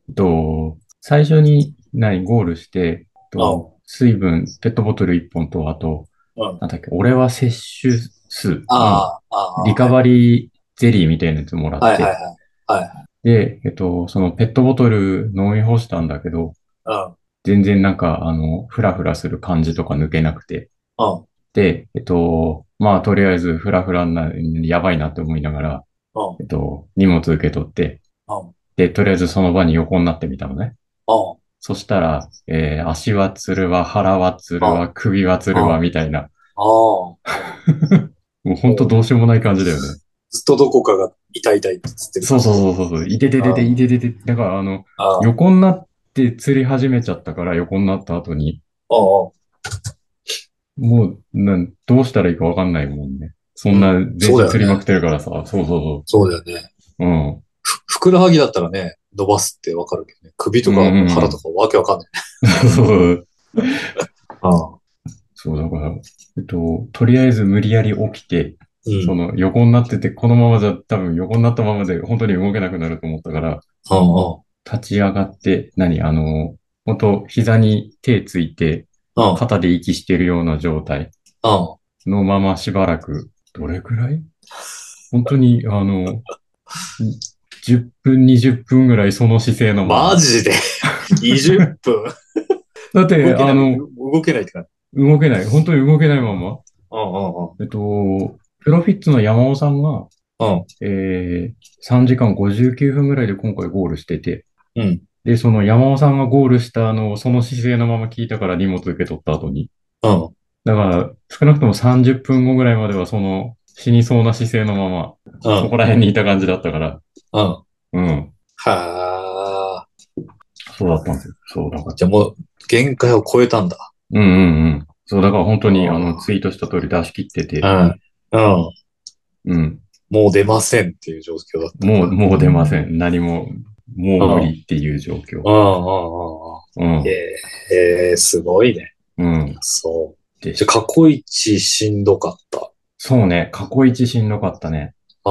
と、最初に何、ゴールして、 あと、水分、ペットボトルいっぽんと、あと、 うん。 なんだっけ、俺は摂取数のああ、ああ、 リカはい。 バリーゼリーみたいなやつもらって、 はいはいはい。はい。 で、えっと、そのペットボトル飲み干したんだけど、 うん。 全然なんか、あの、フラフラする感じとか抜けなくて、 うん。 で、えっと、まあ、とりあえずフラフラな、やばいなって思いながら、 うん。 えっと、荷物受け取って、 うん。 で、とりあえずその場に横になってみたのね。 うん。 そしたら、えー足はつるわ、腹はつるわ、首はつるわ、 うん。 みたいな。 ああ。 もうほんともう、 どうしようもない感じだよね。 ずっとどこかが痛い痛いって言ってるそうそ感じで。 うそうそうそう。いてててて、いててて。だから、あの、 ああ。 横になって釣り始めちゃったから、横になった後に、 ああ。 もう、なん、どうしたらいいかわかんないもんね。そんなうん。 全身釣りまくそうだよね。 ってるからさ。そうそそうだよね。 うそう。うん。 ふくらはぎだったらね、伸ばすってわかるけどね。首とかうんうんうん。 腹とかわけわかんない。 そう。 ああ。 そう、だから、えっと、とりあえず無理やり起きて、 うん。 その横になってて、このままじゃ多分横になったままで本当に動けなくなると思ったから、 ああ。 立ち上がって、何あの、本当膝に手ついて、 ああ。 肩で息してるような状態ああ。 のまましばらく、どれくらい本当に、あの、じゅっぷん、にじゅっぷんぐらいその姿勢のまま。 マジでにじゅっぷんだって、 動けない、 あの、 動けないって感じ。 動けない。本当に動けないまま。 うんうんうん。 えっと、プロフィッツの山尾さんが、 うん。 えー、さんじかんごじゅうきゅうふんぐらいで今回ゴールしてて、 うん。 で、その山尾さんがゴールしたあの、その姿勢のまま聞いたから荷物受け取った後に。 うん。 だから、少なくともさんじゅっぷんごぐらいまではその死にそうな姿勢のまま、 うん。 そこら辺にいた感じだったから、 うん。 うん。 はあ。 そうだったんですよ。そう、だから。 じゃあもう、限界を超えたんだ。 うんうんうん。そう、だから本当にあの、 あツイートした通り出し切ってて、 あ。うん。うん。 うん。 もう出ませんっていう状況だったんもう、 だ。 もう出ません。何も、もう無うん。 理っていう状況。 うん。うん。うん。 うん。 ええー、すごいね。 うん。 そう。じゃあ、 でした。 過去一しんどかった。 そうね。過去一しんどかったね。 うん。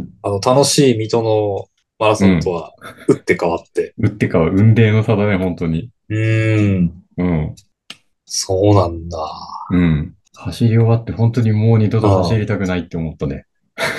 あの、楽しい水戸のマラうん。 ソンとは、打って変わって。 打ってかは運命の差だね、本当に。 うーん。 うん。 そうなんだ。 うん。走り終わって本当にもう二度と走りうん。 たくないって思ったね。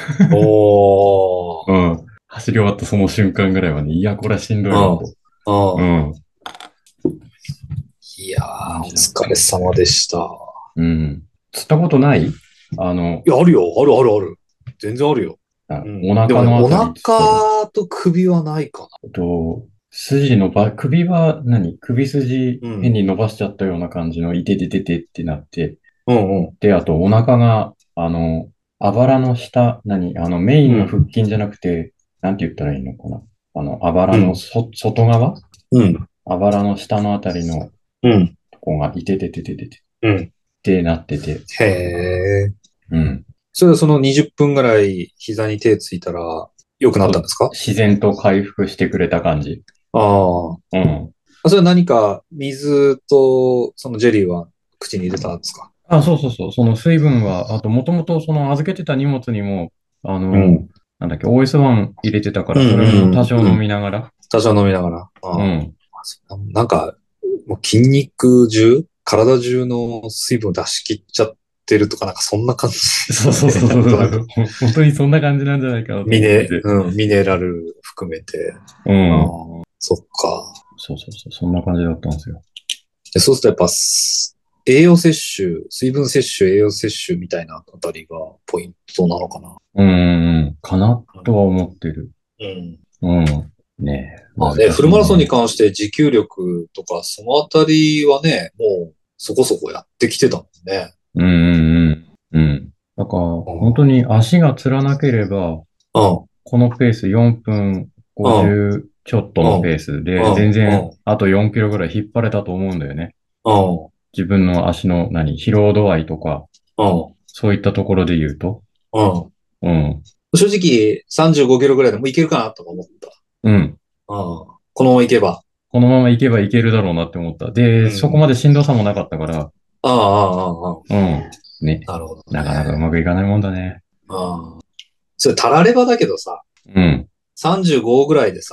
おー。 うん。走り終わったその瞬間ぐらいはね、いや、これはしんどうん。 いわと。ううん。 ん。 いやー、お感じだった疲れね。 様でした。 うん。釣ったことないあの、 いや、あるよ。あるあるある。全然あるよ。 あうん。 お腹でもね、おのあたり釣ったこと。 腹と首はないかえっと、筋のば、首は何首筋な。うん。 変に伸ばしちゃったような感じの、いててててってなって。 うんうん。 で、あとお腹が、あの、あばらの下、何あの、メインのうん。 腹筋じゃなくて、なんて言ったらいいのかなあの、あばらのうん。 そ、外側うん。 あばらの下のあたりのうん。 とこが、いててててててうん。 ってなってて。 へえ。 うん。 それはそのにじゅっぷんぐらい膝に手ついたら良くなっそうたんですか？ 自然と回復してくれた感じ。 あうん。 あ。それは何か水とそのジェリーは口に入れたんですか？ あ、そうそうそう。その水分は、あと、もともとその預けてた荷物にも、あの、 うん。 なんだっけ、オーエスワン 入れてたから、 うんそれも多少飲うんうん。 みながら。 多少飲みながら。ああ。 うん。 なんか、もう筋肉中、体中の水分を出し切っちゃってるとか、なんかそんな感じそうそうですね。 そうそうそう。 なんとなく。 ほ本当にそんな感じなんじゃないかなとミネ、 思ってて。 うん、ミネラル含めて。 うああ、 ん。 そっか。 そうそうそう。そんな感じだったんですよ。 でそうするとやっぱ、す栄養摂取、水分摂取、栄養摂取みたいなあたりがポイントなのかな。 うんうんうん。かなとは思ってる。 うん。 うん。ねえ、難まあね、フルマラソンにしいね。 関して持久力とか、そのあたりはね、もうそこそこやってきてたもんね。 うんうんうん。うん。だから、 うん。 本当に足がつらなければ、 うん。 このペースよんぷんうん。 ごじゅうちょっとうん。 のペースで、全うん。う然ん。 あとよんキロぐらい引っ張れたと思うんだよね。 うん。 自分の足の何、疲労度合いとか、 うん。 そういったところで言うと。 うん。 うん。 正直さんじゅうごキロぐらいでもういけるかなとか思った。 うん。 うん。このままいけば。 このまま行けばいけるだろうなって思った。で、そこうん。 までしんどさもなかったから、 ああ、ああ、ああ。 うん。ね。 なるほどなかなかうね。 まくいかないもんだね。 ああ。それ、たらればだけどさ、 うん。 さんじゅうごぐらいでさ、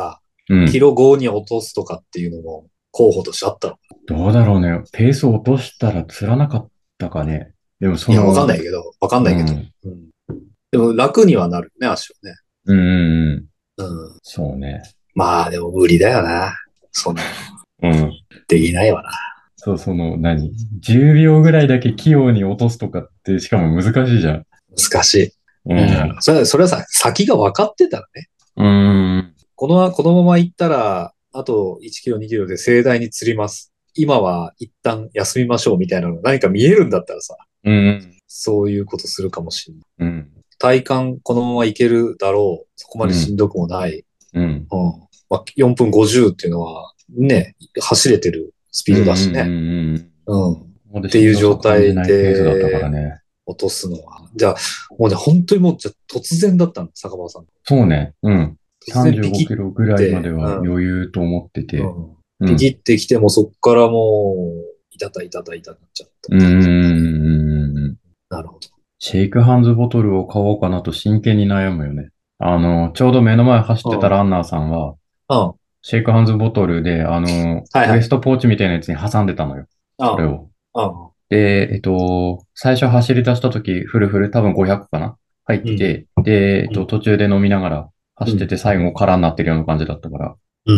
うん。 キロごに落とすとかっていうのも候補としてあったの？ どうだろうね。ペースを落としたら釣らなかったかね。でもそいや、わかんの、 ないけど、わかんないけど。 うん。 うん。でも楽にはなるよね、足はね。 うんうんうん。 うん。 そうね。 まあ、でも無理だよな。そんなの。 うん。 できないわな。 そう、その、何？ じゅう 秒ぐらいだけ器用に落とすとかって、しかも難しいじゃん。 難しい。 ううん。 ん。 それは、それはさ、先が分かってたらね。 うーん。 この、このまま行ったら、あといちキロ、にキロで盛大に釣ります。今は一旦休みましょうみたいなのが何か見えるんだったらさ、 うん。 そういうことするかもしれない。 うん。 体感このままいけるだろう。そこまでしんどくもない。 うん。 うん。まあ、よんぷんごじゅうっていうのは、ね、走れてるスピードだしね。 うん。 うん。 もうでっていう状しんどさ感じ態ないペースだったからでね。 落とすのは。じゃあ、もうね、本当にもう、じゃあ突然だったの、坂本さん。 そうね。うん。35 突然ピキキロぐらって、 いまではうん。 余裕と思ってて。 うん。ピキうん。 ってきてもそっからもう、いたたいたたいたになっちゃったうって感じだったね。 ん。 なるほど。 シェイクハンズボトルを買おうかなと真剣に悩むよね。あの、ちょうど目の前走ってたうん。 ランナーさんは、 うん。 シェイクハンズボトルで、あの、 はいはい。 ウエストポーチみたいなやつに挟んでたのよ。 うん。 それを。 うん。 で、えっと、最初走り出した時、フルフル、多分ごひゃくかな入っうん。 てて、で、えっと、 うん。 途中で飲みながらうん。 走ってて、最後空になってるような感じだったから、 うん。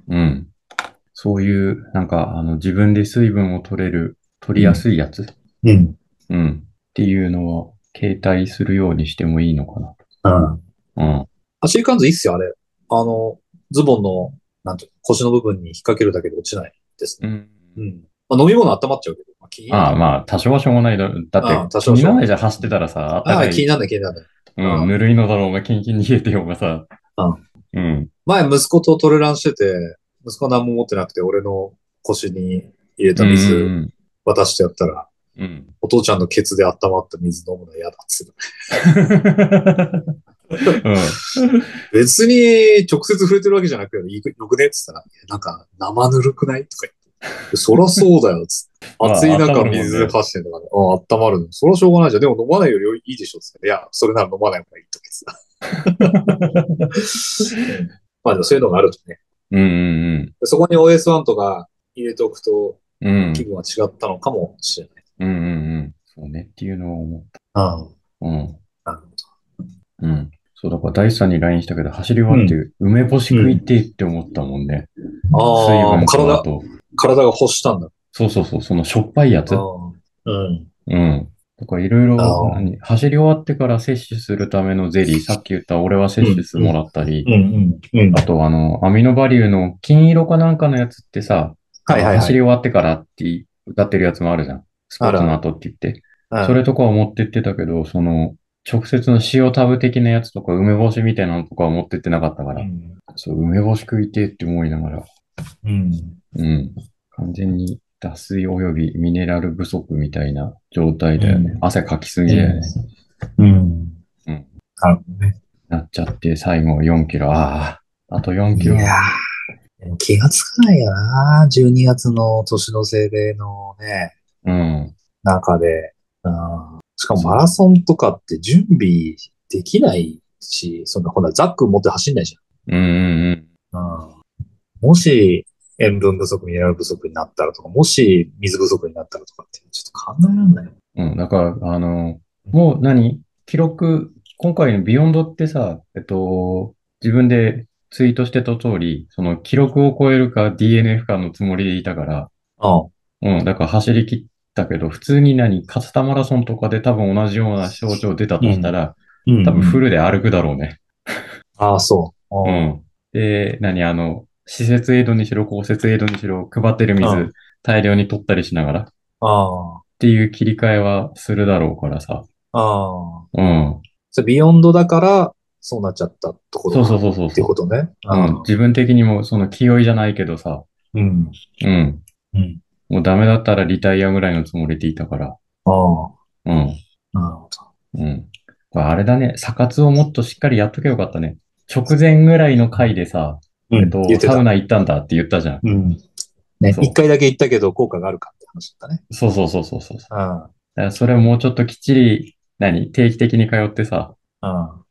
うん。そういう、なんか、あの、自分で水分を取れる、取りやうん。 すいやつ、 うん。 うん。っていうのを携帯するようにしてもいいのかな。 うん。 うん。 走り感図いいっすよ、あれ。あの、ズボンの、なんていうの、腰の部分に引っ掛けるだけで落ちないですね。 うん。 うん。まあ、飲み物温まっちゃうけど、まあ、気にはああ、 ならない。 まあ、多少はしょうがないだろ。だっああ、 て、 多気にならないじゃん、 少しょうがない。 走ってたらさ、あったああ、気にかい、 ならない、気にならない。 うん、 あぬるいのだろうが、キンキンに冷えてようがさ、 あ、うん。 うん。 前、息子とトレランしてて、息子は何も持ってなくて、俺の腰に入れうん、 た水うん、 渡してやったら、 うん。うん。 お父ちゃんのケツで温まった水飲むの嫌だっつって。 うん。 別に直接触れてるわけじゃなくて、よくねっつったら、いやなんか生ぬるくないとか言って。そらそうだよ、つって。 まあ、温ま暑い中るもんね。 水で走ってんのかね。うん、温まるの。そらしょうがないじゃん。でも飲まないよりいいでしょ、つって。いや、それなら飲まない方がいいとか言ってた。うん、まあでもそういうのがあるとね。 うん、うん、 そこに オーエスワン とか入れておくとうん。うん、 気分は違ったのかもしれない。 うん、うん。うん。そうねっていうのを思っうん。 た。うん。 なるほうん。そう、だから大地さんに ライン したけど、走り終ど。うん。 わって梅干しうん。 食いてえって思ったもんね。水ああ、もう分とあ体、 と、 体が欲したんだ。 そうそうそう、そのしょっぱいやつ。 ああ。うん。 うん。とかいろいあろ、 あ。 何、走り終わってから摂取するためのゼリー、さっき言った俺はうん。 摂取数もうん。 らったり、 うん。うん。うん。 あとあの、アミノバリューの金色かなんかのやつってさ、あの、 はいはいはい。 走り終わってからって歌ってるやつもあるじゃん。スポーツのあるある。 後って言って。 うん。 それとかを持ってってたけど、その、直接の塩タブ的なやつとか梅干しみたいなのとかは持ってってなかったから、 うん。 そう、梅干し食いてえって思いながら、 うん。 うん。完全に脱水及びミネラル不足みたいな状態だよね。 うん。 汗かきすうん。 ぎだよね。 うん。 うん。 なるほどね。 なっちゃって、最後よんキロ。ああ、あとよんキロいやな。 ー、気がつかないよな。じゅうにがつの年のせいでのね、 うん。 中で。うん、しかもマそラソンとかって準備できないし、そんな、ほら、ザック持って走んないじう。うんうんゃん。うん、もし、塩分不足、ミネラル不足になったらとか、もし水不足になったらとかって、ちょっと考えられないよ。 うん。うん。だから、あの、もう何記録、今回のビヨンドってさ、えっと、自分でツイートしてた通り、その記録を超えるか ディーエヌエフ かのつもりでいたから、 うん。 うん。だから走り切ったけど、普通に何勝田マラソンとかで多分同じような症状出たうん。 としたら、 うん。 多分うん。 フルで歩くだろうね。 ああ、そう。うん。 うん。で、何あの、施設エイドにしろ、降雪エイドにしろ、配ってるうん。 水、大量に取ったりしながらっあていう切り替えはするだろうからさ。 あ。ああ。 うん。 それビヨンドだから、そうなっちゃったところそうそうがあるっていうこそうそうそとね。 う。うん。 ああ。 自分的にもその気負いじゃないけどさ。 うん。 うん。 うん。 もうダメだったらリタイアぐらいのつもりでいたから。 ああ。 うん。 なるほど。 うん。これあれだね。サ活をもっとしっかりやっとけばよかったね。直前ぐらいの回でさ、 うん。言えっと、 ってた。 サウナ行ったんだって言ったじゃん。 うん。ね。一そ回だけ言ったけど効果があるかって話だったね。 う。そうそうそうそうそう。だかうん。 らそれをもうちょっときっちり、何定期的に通ってさ、 うん。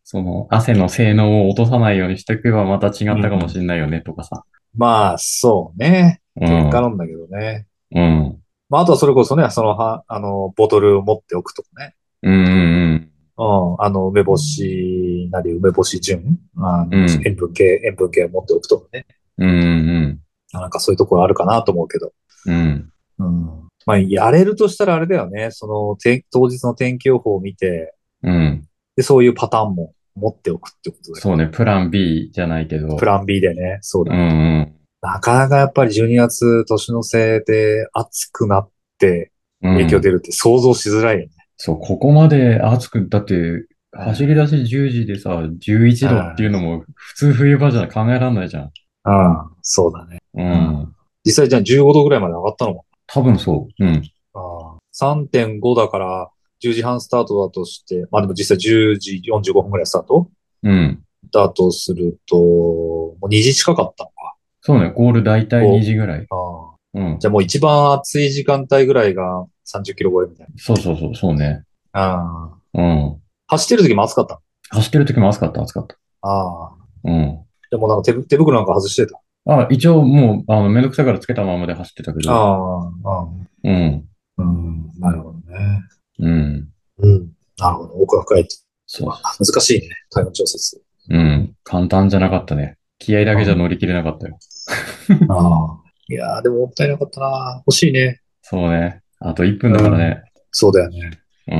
その汗の性能を落とさないようにしておけばまた違ったかもしれないよねとかさ。 まあ、そうね。 うん。 結果論だけどね。 うん。 まあ、あとはそれこそね、その、は、あの、ボトルを持っておくとかね。 うんうんうん、あの、梅干しなり梅干し純、あの、 うん。うん。 塩分系、塩分系を持っておくとかね。 うんうんなんかそういうところあるかなと思うけど。 うん。うん。 うん。まあ、やれるとしたらあれだよね。その、て当日の天気予報を見て、 うん。 で、そういうパターンも持っておくってことだよね。 そうね、プラン ビー じゃないけど。 プラン ビー でね。そううんだね。 うんなかなかやっぱりじゅうにがつ年のせいで暑くなってうん。 影響出るって想像しづらいよね。 そう、ここまで暑く、だって、 うん。 走り出しじゅうじでさ、じゅういちどっていうのも普通冬場じゃ考えられないじゃん。 うん。うん、そうだね。 ううん。 ん。 実際じゃあじゅうごどぐらいまで上がったのも。 多分そう。うん。 ああ、さんてんごだからじゅうじはんスタートだとして、まあでも実際じゅうじよんじゅうごふんぐらいスタートうん。 だとすると、もうにじ近かったのか。 そうね、ゴール大体2 お、 時ぐらい。 ああ。 うん。 じゃあもう一番暑い時間帯ぐらいがさんじゅっキロ超えみたいそうそうそう、そうね。 な。ああ。 うん。 走ってる時も暑かったの？ 走ってる時も暑かった、暑かった。 ああ。 うん。 でもなんか手ぶ、手袋なんか外してた？ あ、一応もう、あの、めんどくさいからつけたままで走ってたけあど。 あ、ああ。 うん。 うん、なるほどね。 うん。 うん。なるほど。奥が深い。まあ、 そうそ難しいね。体温調節。 う。うん。簡単じゃなかったね。気合だけじゃ乗り切れなかったよ。 ああ。いやー、でももったいなかったな。欲しいね。 そうね。あといっぷんだからうん。 ね。 そうだよね。 うん。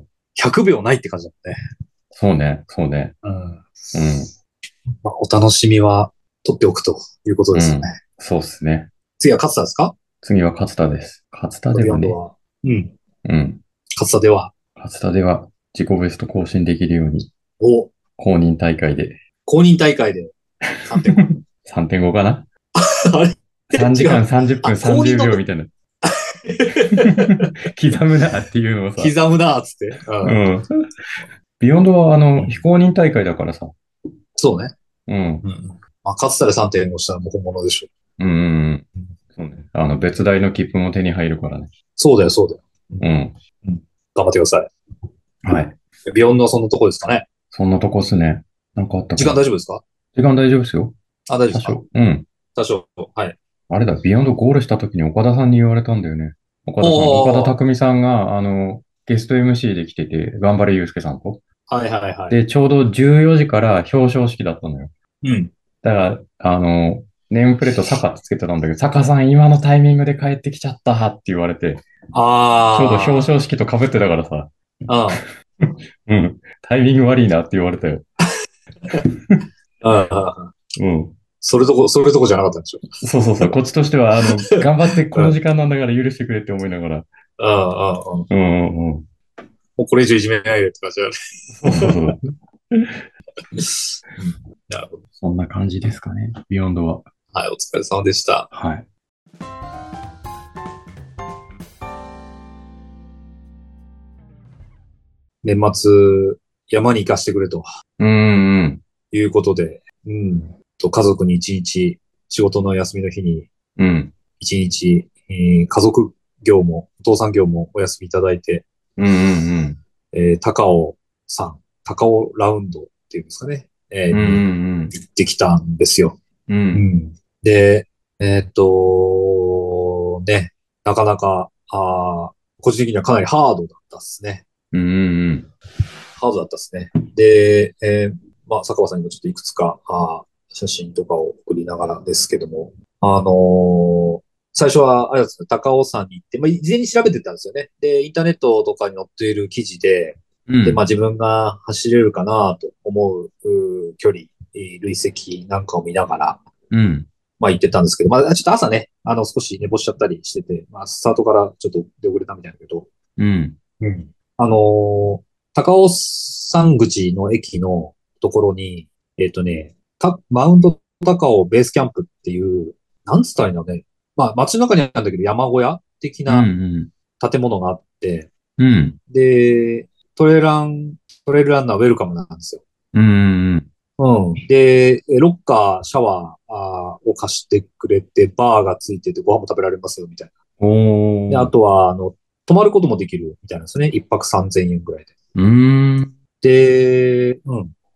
ひゃくびょうないって感じだもんね。 そうね。そうね。 うん。 うん。 まあ、お楽しみは取っておくということですよね。 うん。そうっすね。 次は勝田ですか？ 次は勝田です。勝田ではね。 ビヨンドは。うん。 うん。 勝田では。 勝田では自己ベスト更新できるようにお、 公認大会で公認大会でさんてんご。 さんてんごかな？ あれさん 時間違う。 30分あ、公 30 認の秒みたいな。刻むなっていうのをさ。 刻むなーっつって。うん。 うん。ビヨンドはあの、非公認大会だからさ。 そうね。 うん。 うん。まあ、勝田でさんてんごしたらもう本物でしょ。 うんうんうん。 うん、 そうね。あの、別大の切符も手に入るからね。 そうだよ、そうだよ。うん。 うん。 うん、頑張ってくださはい。 い。ビヨンドはそんなとこですかね。 そんなとこっすね。なんかあった時かな。 間大丈夫ですか？ 時間大丈夫ですよ。 あ、大丈夫ですか？ 多少。うん。 多少。はい。 あれだ、ビヨンドゴールした時に岡田さんに言われたんだよね。岡田さん、岡田おー。 匠さんが、あの、ゲスト エムシー で来てて、頑張れゆうすけさんと。 はいはいはい。 で、ちょうどじゅうよじから表彰式だったのよ。 うん。 だから、あの、ネームプレート坂ってつけてたんだけど、坂さん今のタイミングで帰ってきちゃったって言われて、ちょうど表あ彰式と被ってたからさ、 あ。 うん、タイミング悪いなって言われたよ。 うん。うん。 うん。 それとこ、それとこじゃなかったんでしょ。 そうそうそう、こっちとしては、あの、頑張ってこうん。 の時間なんだから許してくれって思いながら。 うん。うん。 うんうんうん。 もうこれ以上いじめないでって感じだね。 そうそうそう。 うん。なるほど。 そんな感じですかね、ビヨンドは。 はい、お疲れ様でした。 はい。 年末、山に行かしてくれとうんうん。 いうことで、うん。と、家族に一日、仕事の休みの日にうん。 一日、えー家族業務、お父さん業務をお休みいただいて、 うんうんえー高尾さん、高尾ラウンドっていうんですかね、えうん。 ーうんにうん行ってきたんですよ。 うん。うん。 うん。で、えーっと、ね、なかなか、あー個人的にはかなりハードだったっすね。 うんうん。 ハードだったっすね。で、えーまあ、坂場さんにもちょっといくつか、あー写真とかを送りながらですけども、あのー最初は、あれですね、高尾山に行って、まあ、事前に調べてたんですよね。で、インターネットとかに載っている記事で、で、まあうん。 自分が走れるかなと思う、うー距離、えー累積なんかを見ながら、 うん。 まあ行ってたんですけど、まあちょっと朝ね、あの少し寝坊しちゃったりしてて、まあスタートからちょっと出遅れたみたいだけど、 うん。 うん。あのー高尾山口の駅のところに、えっとね、た、マウント高尾ベースキャンプっていう、なんつったらいいんだろうね。まあ街の中にあるんだけど山小屋的うなん。 建物があって、 うん。 で、トレラン、トレイルランナーウェルカムなんですよ。 うん。 うん。で、えロッカー、シャワーあーを貸してくれて、バーがついててご飯も食べられますよ、みたいな。 おで、あー。 とは、あの、泊まることもできるみたいなんですね。一泊さんぜんえんぐらいで。 うーん。 で、うん。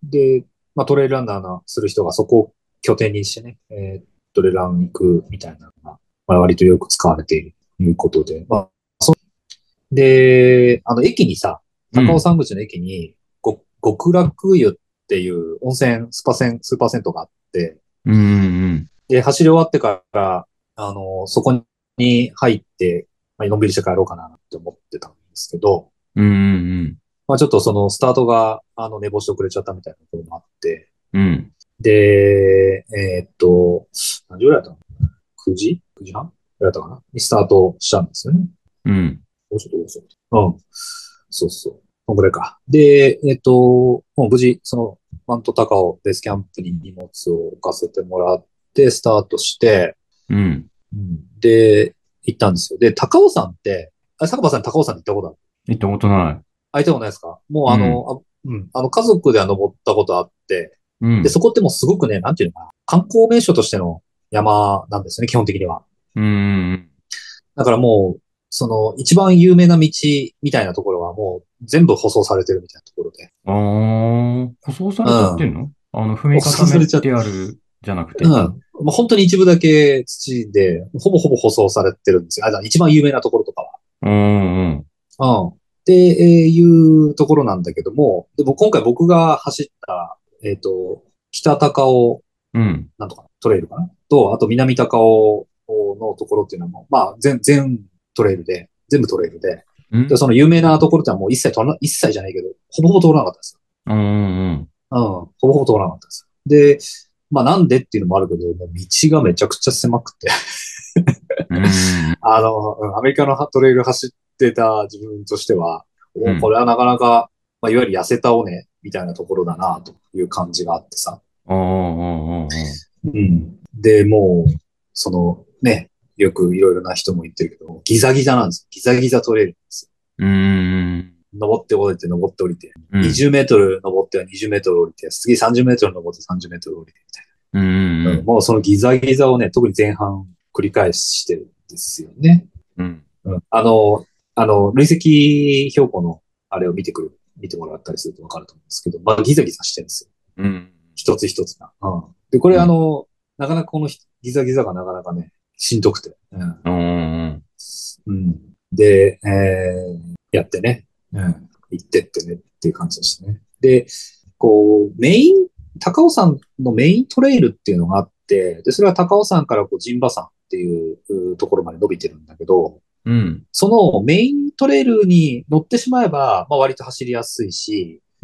で、まあ、トレイルランナーなする人がそこを拠点にしてね、えー、トレイルラン行くみたいなのが、まあ、割とよく使われているということで、まあ、そで、あの、駅にさ、高尾うん。 山口の駅に、ご極楽湯っていう温泉、スパ銭、スーパー銭湯があって、 うんうんで、走り終わってから、あの、そこに入って、まあ、のんびりして帰ろうかなって思ってたんですけど、 うん。うんまあちょっとそのスタートが、あの、寝坊して遅れちゃったみたいなこともあって、 うんうん。 で、えーっと、何時ぐらいだったの？ く 時 ?く 時半ぐらいだったかなにスタートしたんですよね。 うん。 もうちょっと遅い。うん。そうそう。こんぐらいか。で、えーっと、もう無事、その、マント高尾ベースキャンプに荷物を置かせてもらって、スタートして、 うん。 うん、で、行ったんですよ。で、高尾山って、あ、坂場さん高尾山って行ったことある？ 行ったことなあ、行ったことないですか？もうい。うあん。 の、あ、うん、あの、家族では登ったことあって、で、 うん。 そこってもうすごくね、なんていうのかな、観光名所としての山なんですよね、基本的には。 うん。 だからもう、その、一番有名な道みたいなところはもう全部舗装されてるみたいなところで。 ああ、舗装されちゃってうん。 んの？あの、踏み舗装固めされちゃって、 てあるじゃなくて。 うん。もう本当に一部だけ土で、ほぼほぼ舗装されてるんですよ。あ、一番有名なところとかうんうん。 は。うん。っていうところなんだけども、でも今回僕が走った、えっと、北高尾うん。 なんとかな、トレイルかなと、あと南高尾のところっていうのも、まあ、全、全トレイルで、全部トレイルで、で、 うん。 その有名なところってのはもう一切通らな、一切じゃないけど、ほぼほぼ通らなかったですうん。 よ。うん、ほぼほぼ通らなかったですで、まあなんでっていうのもあるけど、もう道がめちゃくちゃ狭くて、 うん。 あの、うんアメリカのトレイル走ってた自分としては、おこうん。 れはなかなか、まあ、いわゆる痩せた尾根みたいなところだな、という感じがあってさ。 ああ、ああ、ああ。 うん。で、もう、そのね、よくいろいろな人も言ってるけど、ギザギザなんですよ。ギザギザ取れるんですうん。 よ。登って降りて、登って降りて。20 うん。 メートル登ってはにじゅうメートル降りて、次さんじゅうメートル登ってさんじゅうメートル降りてみたいうん。うな。うん、 ん。 もうそのギザギザをね、特に前半繰り返してるんですよね。 うん。 うん、あの、あの、累積標高のあれを見てくる、見てもらったりするとわかると思うんですけど、まあギザギザしてるんですよ。 うん。 一つ一つが。うん。で、こうん。 れあの、なかなかこのギザギザがなかなかね、しんどくて。うん。 うん。 うん。で、えー、やってね。うん。行ってってねっていう感じでしたね。で、こう、メイン、高尾山のメイントレイルっていうのがあって、で、それは高尾山からこう、陣馬山っていううところまで伸びてるんだけど、 うん。 そのメイントレイルに乗ってしまえば、まあ割と走りやすいし、 うん。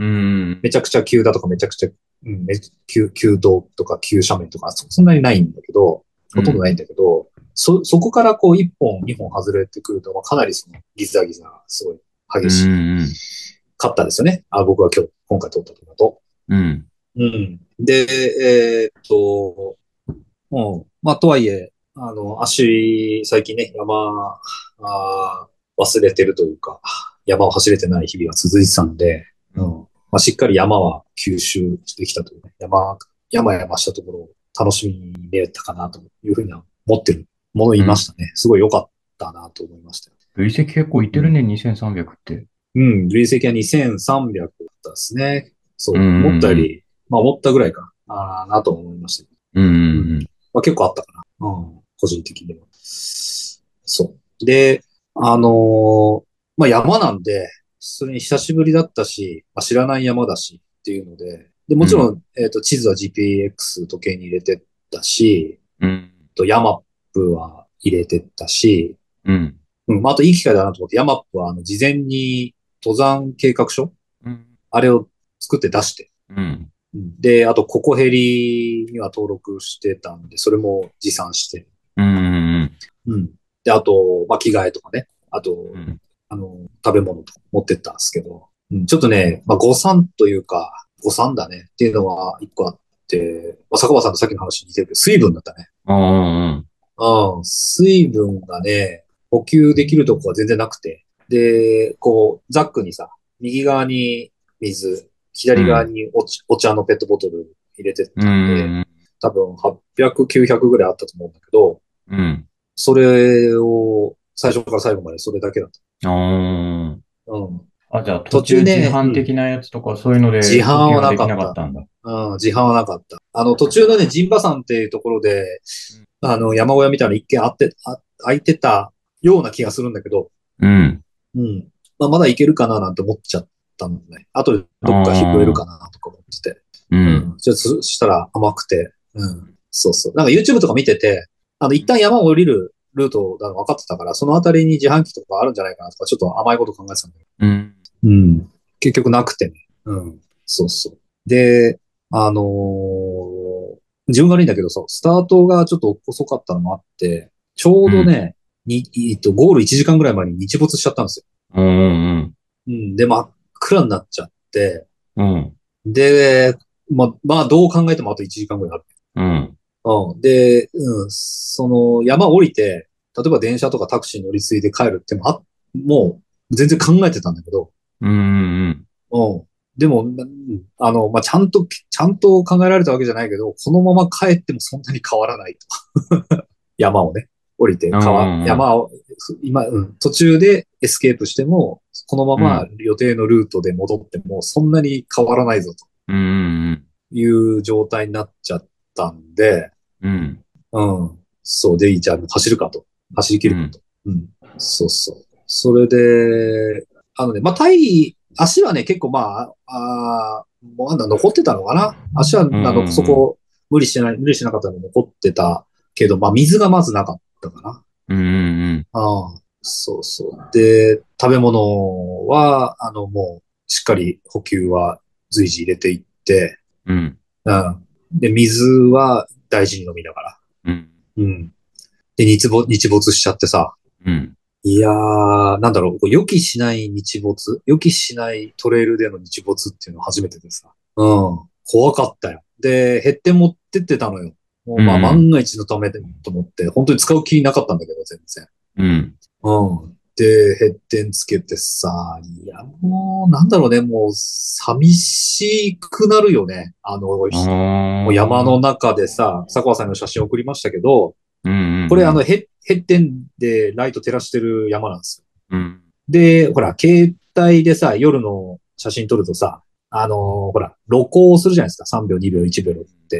めちゃくちゃ急だとかめちゃくちゃ、うん、め急、急道とか急斜面とかそ、そんなにないんだけど、 うん。 ほとんどないんだけど、そ、そこからこう一本、二本外れてくると、まあ、かなりそのギザギザがすごいう激しん。 かったですよね。あ、僕が今日、今回撮ったとかと。 うん。 うん。で、えーっと、うん。まあ、とはいえ、あの、足、最近ね、山、あー忘れてるというか、山を走れてない日々が続いてたんで、うん。まあ、しっかり山は吸収できたというね、山、山々したところを楽しみに見れたかなというふうには思ってるものを言いうん。 ましたね。すごい良かったなと思いましたよ。 累積結構いっうん。 てるね、にせんさんびゃくって。 うん。累積はにせんさんびゃくだったですね。 うん。 そう。思ったようん。 り、まあ思ったぐらいかな、あーなと思いましたけうん。うど。うん。 ん。 まあ結構あったかな。うん。個人的には。そう。で、あのーまあ山なんで、それに久しぶりだったし、まあ、知らない山だしっていうので、で、もうん。 ちろん、えっと、地図は ジーピーエックス 時計に入れてったし、 うん。 とヤマップは入れてったし、 うん。 うん、まあ、あといい機会だなと思って、ヤマップはあの事前に登山計画書うん。 あれを作って出して、 うん。 うんで、あとココヘリには登録してたんで、それも持参して、 うん。 うん。で、あと、まあ、着替えとかね。あと、 うん。 あの、食べ物とか持ってったんですけど、うん、ちょっとね、まあ、誤算というか、誤算だねっていうのは一個あって、まあ、坂場さんとさっきの話に似てるけど、水分だったね。 ああ、 うん、水分がね、補給できるとこは全然なくて。で、こう、ザックにさ、右側に水、左側うん。 にお茶お茶のペットボトル入れてっうたんで、 ん。 多分はっぴゃく、きゅうひゃくぐらいあったと思うんだけど、 うん。 それを最初から最後までそれだけだった。 ああ、 うん。 あ、じゃあ途途中中自ね、うん、 販的なやつとかそういうので補自販は給はできななかった。 かったんだ。 うん、自販はなかった。あの、途中のね、陣馬山っていうところで、あの、山小屋みたいなの一軒あって、あ、空いてたような気がするんだけど、 うん。 うん。まあ、まだ行けるかななんて思っちゃったんだね。あとでどっか拾えるああ、 かなとか思ってて。 うん。 うん。じゃあ、そしたら甘くて。うん。そうそう。なんか YouTube とか見てて、あの、一旦山を降りるルートだの分かってたから、そのあたりに自販機とかあるんじゃないかなとか、ちょっと甘いこと考えてたんだけうん。 ど。うん。結局なくてね。うん。そうそう。で、あのー自分が悪いんだけどさ、スタートがちょっと遅かったのもあって、ちょううん。 どね、に、えっと、ゴールいちじかんぐらい前に日没しちゃったんですよ。 うん。 うん。で、真っ暗になっちゃって、 うん。 で、ま、まあ、どう考えてもあといちじかんぐらいある。 うん。 うん。で、うん、その、山降りて、例えば電車とかタクシー乗り継いで帰るってもあ、もう、全然考えてたんだけど、 うん。 うん。でも、なうんあの、まあ、ちゃんと、ちゃんと考えられたわけじゃないけど、このまま帰ってもそんなに変わらないと。山をね、降りて、 うん。 川、 うん。 山を、今、うん、途中でエスケープしても、このまま予定のルートで戻っても、そんなに変わらないぞとうん。 いう状態になっちゃったんで、 うん。 うん。そう、で、じゃあ走るかと。走り切うん。 るかと。うん。そうそう。それで、あのね、まあ、タイ、足はね、結構まあ、あーもうなんだ、残ってたのかな。足は、あうの、そん。 こ、無理しない、無理しなかったの残ってたけど、まあ、水がまずなかったかな。 うん。 ああ、そうそう。で、食べ物は、あの、もう、しっかり補給は随時入れていって、 うん。 うん。で、水は大事に飲みながら。 うん。 うん。で、日没、日没しちゃってさ。 うん。 いやー、なんだろう、こう予期しない日没、予期しないトレイルでの日没っていうの初めてでさ。うん。怖かったよ。で、ヘッテン持ってってたのよ。もうまあうん。 万が一のためでと思って、本当に使う気なかったんだけど、全然。 うん。 うん。で、ヘッテンつけてさ、いや、もう、なんだろうね、もう、寂しくなるよね。あの、 あひもう山のあ。 中でさ、佐川さんの写真送りましたけど、 うん。うこれあの、 ん。 ヘッ、ヘッテンでライト照らしてる山なんですよ。 うん。 で、ほら、携帯でさ、夜の写真撮るとさ、あのーほら、露光するじゃないですか。さんびょう、にびょう、いちびょうって。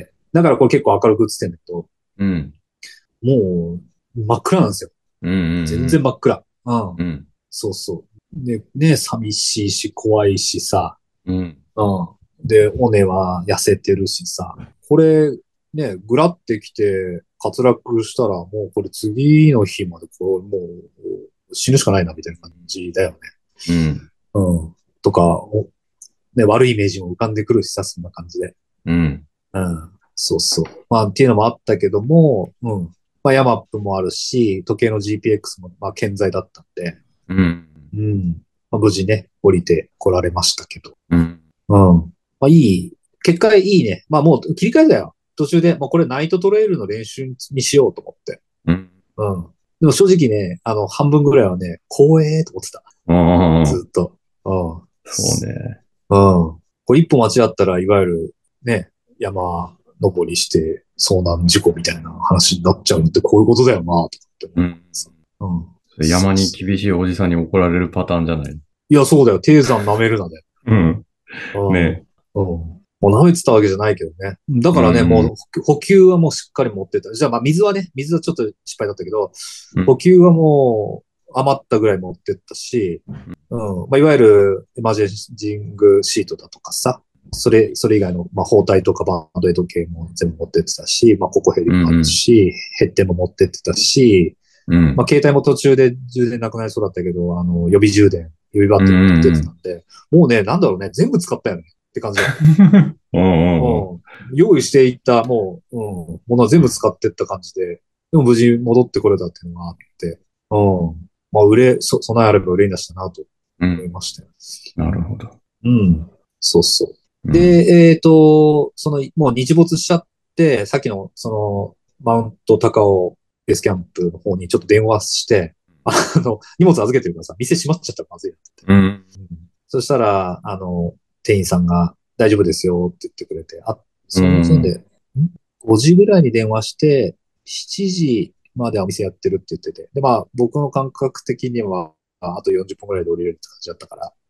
だからこれ結構明るく映ってんだけど、 うん。 もう、真っ暗なんですよ。 うん。う全然ん。 真っ暗。うん。 うん。 そうそう。で、ね、寂しいし、怖いしさ。 うん。 うん。で、尾根は痩せてるしさ。これ、ね、ぐらってきて、滑落したら、もうこれ次の日まで、これもう、死ぬしかないな、みたいな感じだよね。 うん。 うん。とか、おね、悪いイメージも浮かんでくるしさ、そんな感じで。 うん。 うん。そうそう。まあ、っていうのもあったけども、うん。まあ、ヤマップもあるし、時計の ジーピーエックス も、まあ、健在だったんで、 うん。 うん。まあ、無事ね、降りて来られましたけど。 うん。 うん。まあ、いい。結果いいね。まあ、もう切り替えだよ。途中で、まあ、これナイトトレイルの練習にしようと思って。 うん。 うん。でも正直ね、あの、半分ぐらいはね、光栄と思ってた。 ああ、 ずっと。うん。 そうね。 うん。これ一歩間違ったら、いわゆるね、山登りして遭難事故みたいな話になっちゃうのってこういうことだよな、と思って思うん。 うさ。うん。 山にそうそう。 厳しいおじさんに怒られるパターンじゃない？ いや、そうだよ。低山舐めるなだよ。 うん。 うん。 ね。 うん。もう舐めてたわけじゃないけどね。だうからね、もうん。 補補給はもうしっかり持ってた。じゃあまあ水はね、水はちょっと失敗だったけど、 うん。 補給はもう余ったぐらい持ってったし、うん。まあ、いわゆるエマージェンジングシートだとかさ、それ、それ以外の、まあ、包帯とかバンドエイド系も全部持ってってたし、まあ、ココヘリもあるうん。 し、ヘッテンも持ってってたし、 うん。 まあ、携帯も途中で充電なくなりそうだったけど、あの、予備充電、予備バッうテリー持ってってん。 たんで、もうね、なんだろうね、全部使ったよねって感じだった。 うん。うん。 うん。用意していった、もう、うん、ものは全部使ってった感じで、でも無事戻ってこれたっていうのがあって、うん。まあ、売れ、そ、備えあれば売れに出したなとうん。 思いましたよ。 なるほど。 うん。そうそう。で、 うん。 えっと、その、もう日没しちゃって、さっきの、その、マウント高尾ベースキャンプの方にちょっと電話して、あの、荷物預けてるからさ、店閉まっちゃったらまずいなって。 うん。 うん、そしたら、あの、店員さんが大丈夫ですよって言ってくれて、あ、 うその、そんん。 で、ん ご 時ぐらいに電話して、しちじまではお店やってるって言ってて、で、まあ、僕の感覚的には、ああとよんじゅっぷんぐらいで降りれるって感じだったから、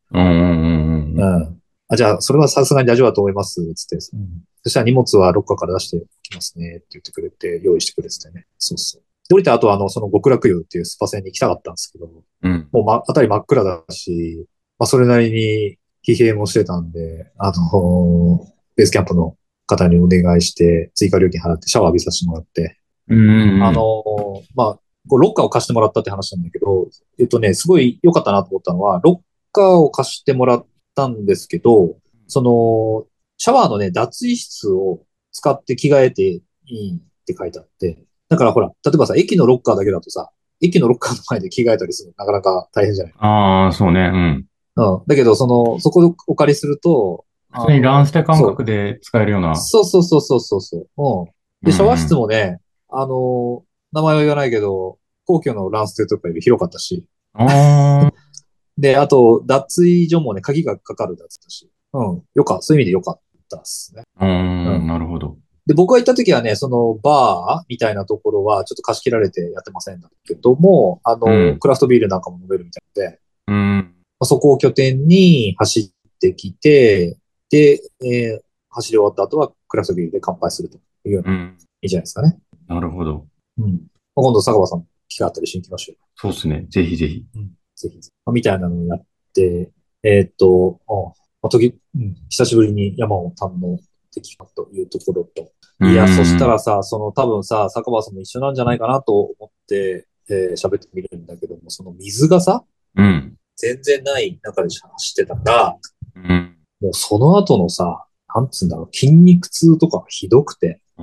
うんうんうんうん。 うん。あ、じゃあ、それはさすがに大丈夫だと思います、つって。うん、そしたら荷物はロッカーから出してきますね、って言ってくれて、用意してくれててね。そうそう。で、降りた後は、あの、その極楽湯っていうスパ船に行きたかったんですけど、 うん。 もう、ま、辺り真っ暗だし、まあ、それなりに疲弊もしてたんで、あの、ベースキャンプの方にお願いして、追加料金払ってシャワー浴びさせてもらって、 うんうんあうん。 の、まあ、こうロッカーを貸してもらったって話なんだけど、えっとね、すごい良かったなと思ったのは、ロッカーを貸してもらったんですけど、その、シャワーのね、脱衣室を使って着替えていいって書いてあって、だからほら、例えばさ、駅のロッカーだけだとさ、駅のロッカーの前で着替えたりするのなかなか大変じゃない。 ああ、そうね。うん。 うん。だけど、その、そこをお借りすると、 普通にランあの、 ステ感そう。 覚で使えるような。 そうそうそうそうそうそう。うん。 うで、シャワー室んもね、あの、名前は言わないけど、皇居のランステとかより広かったし。 うん。ああ、 で、あと、脱衣所もね、鍵がかかるやつだし。うん。よか、そういう意味でよかったっすね。 うん、 うん。 なるほど。 で、僕が行った時はね、そのバーみたいなところはちょっと貸し切られてやってませんだけども、あの、 うん。 クラフトビールなんかも飲めるみたいで、 うん。 まあそこを拠点に走ってきて、で、えー走り終わった後はクラフトビールで乾杯するというような、いうん。 いじゃないですかね。 なるほど。 うん。まあ今度、坂場さんも機会あったりしに行きましょそうですね。ぜひぜひ。 う。うん。ぜひぜひ。まあみたいなのをやって、えーっと、あまあ、時、うん、久しぶりに山を堪能できたというところと。 ういや、そしたん。 らさ、その多分さ、坂場さんも一緒なんじゃないかなと思って、えー喋ってみるんだけども、その水がさ、 うん。 全然ない中で走ってたら、 うん。 もうその後のさ、なんつうんだろう、筋肉痛とかがひどくて、 うん。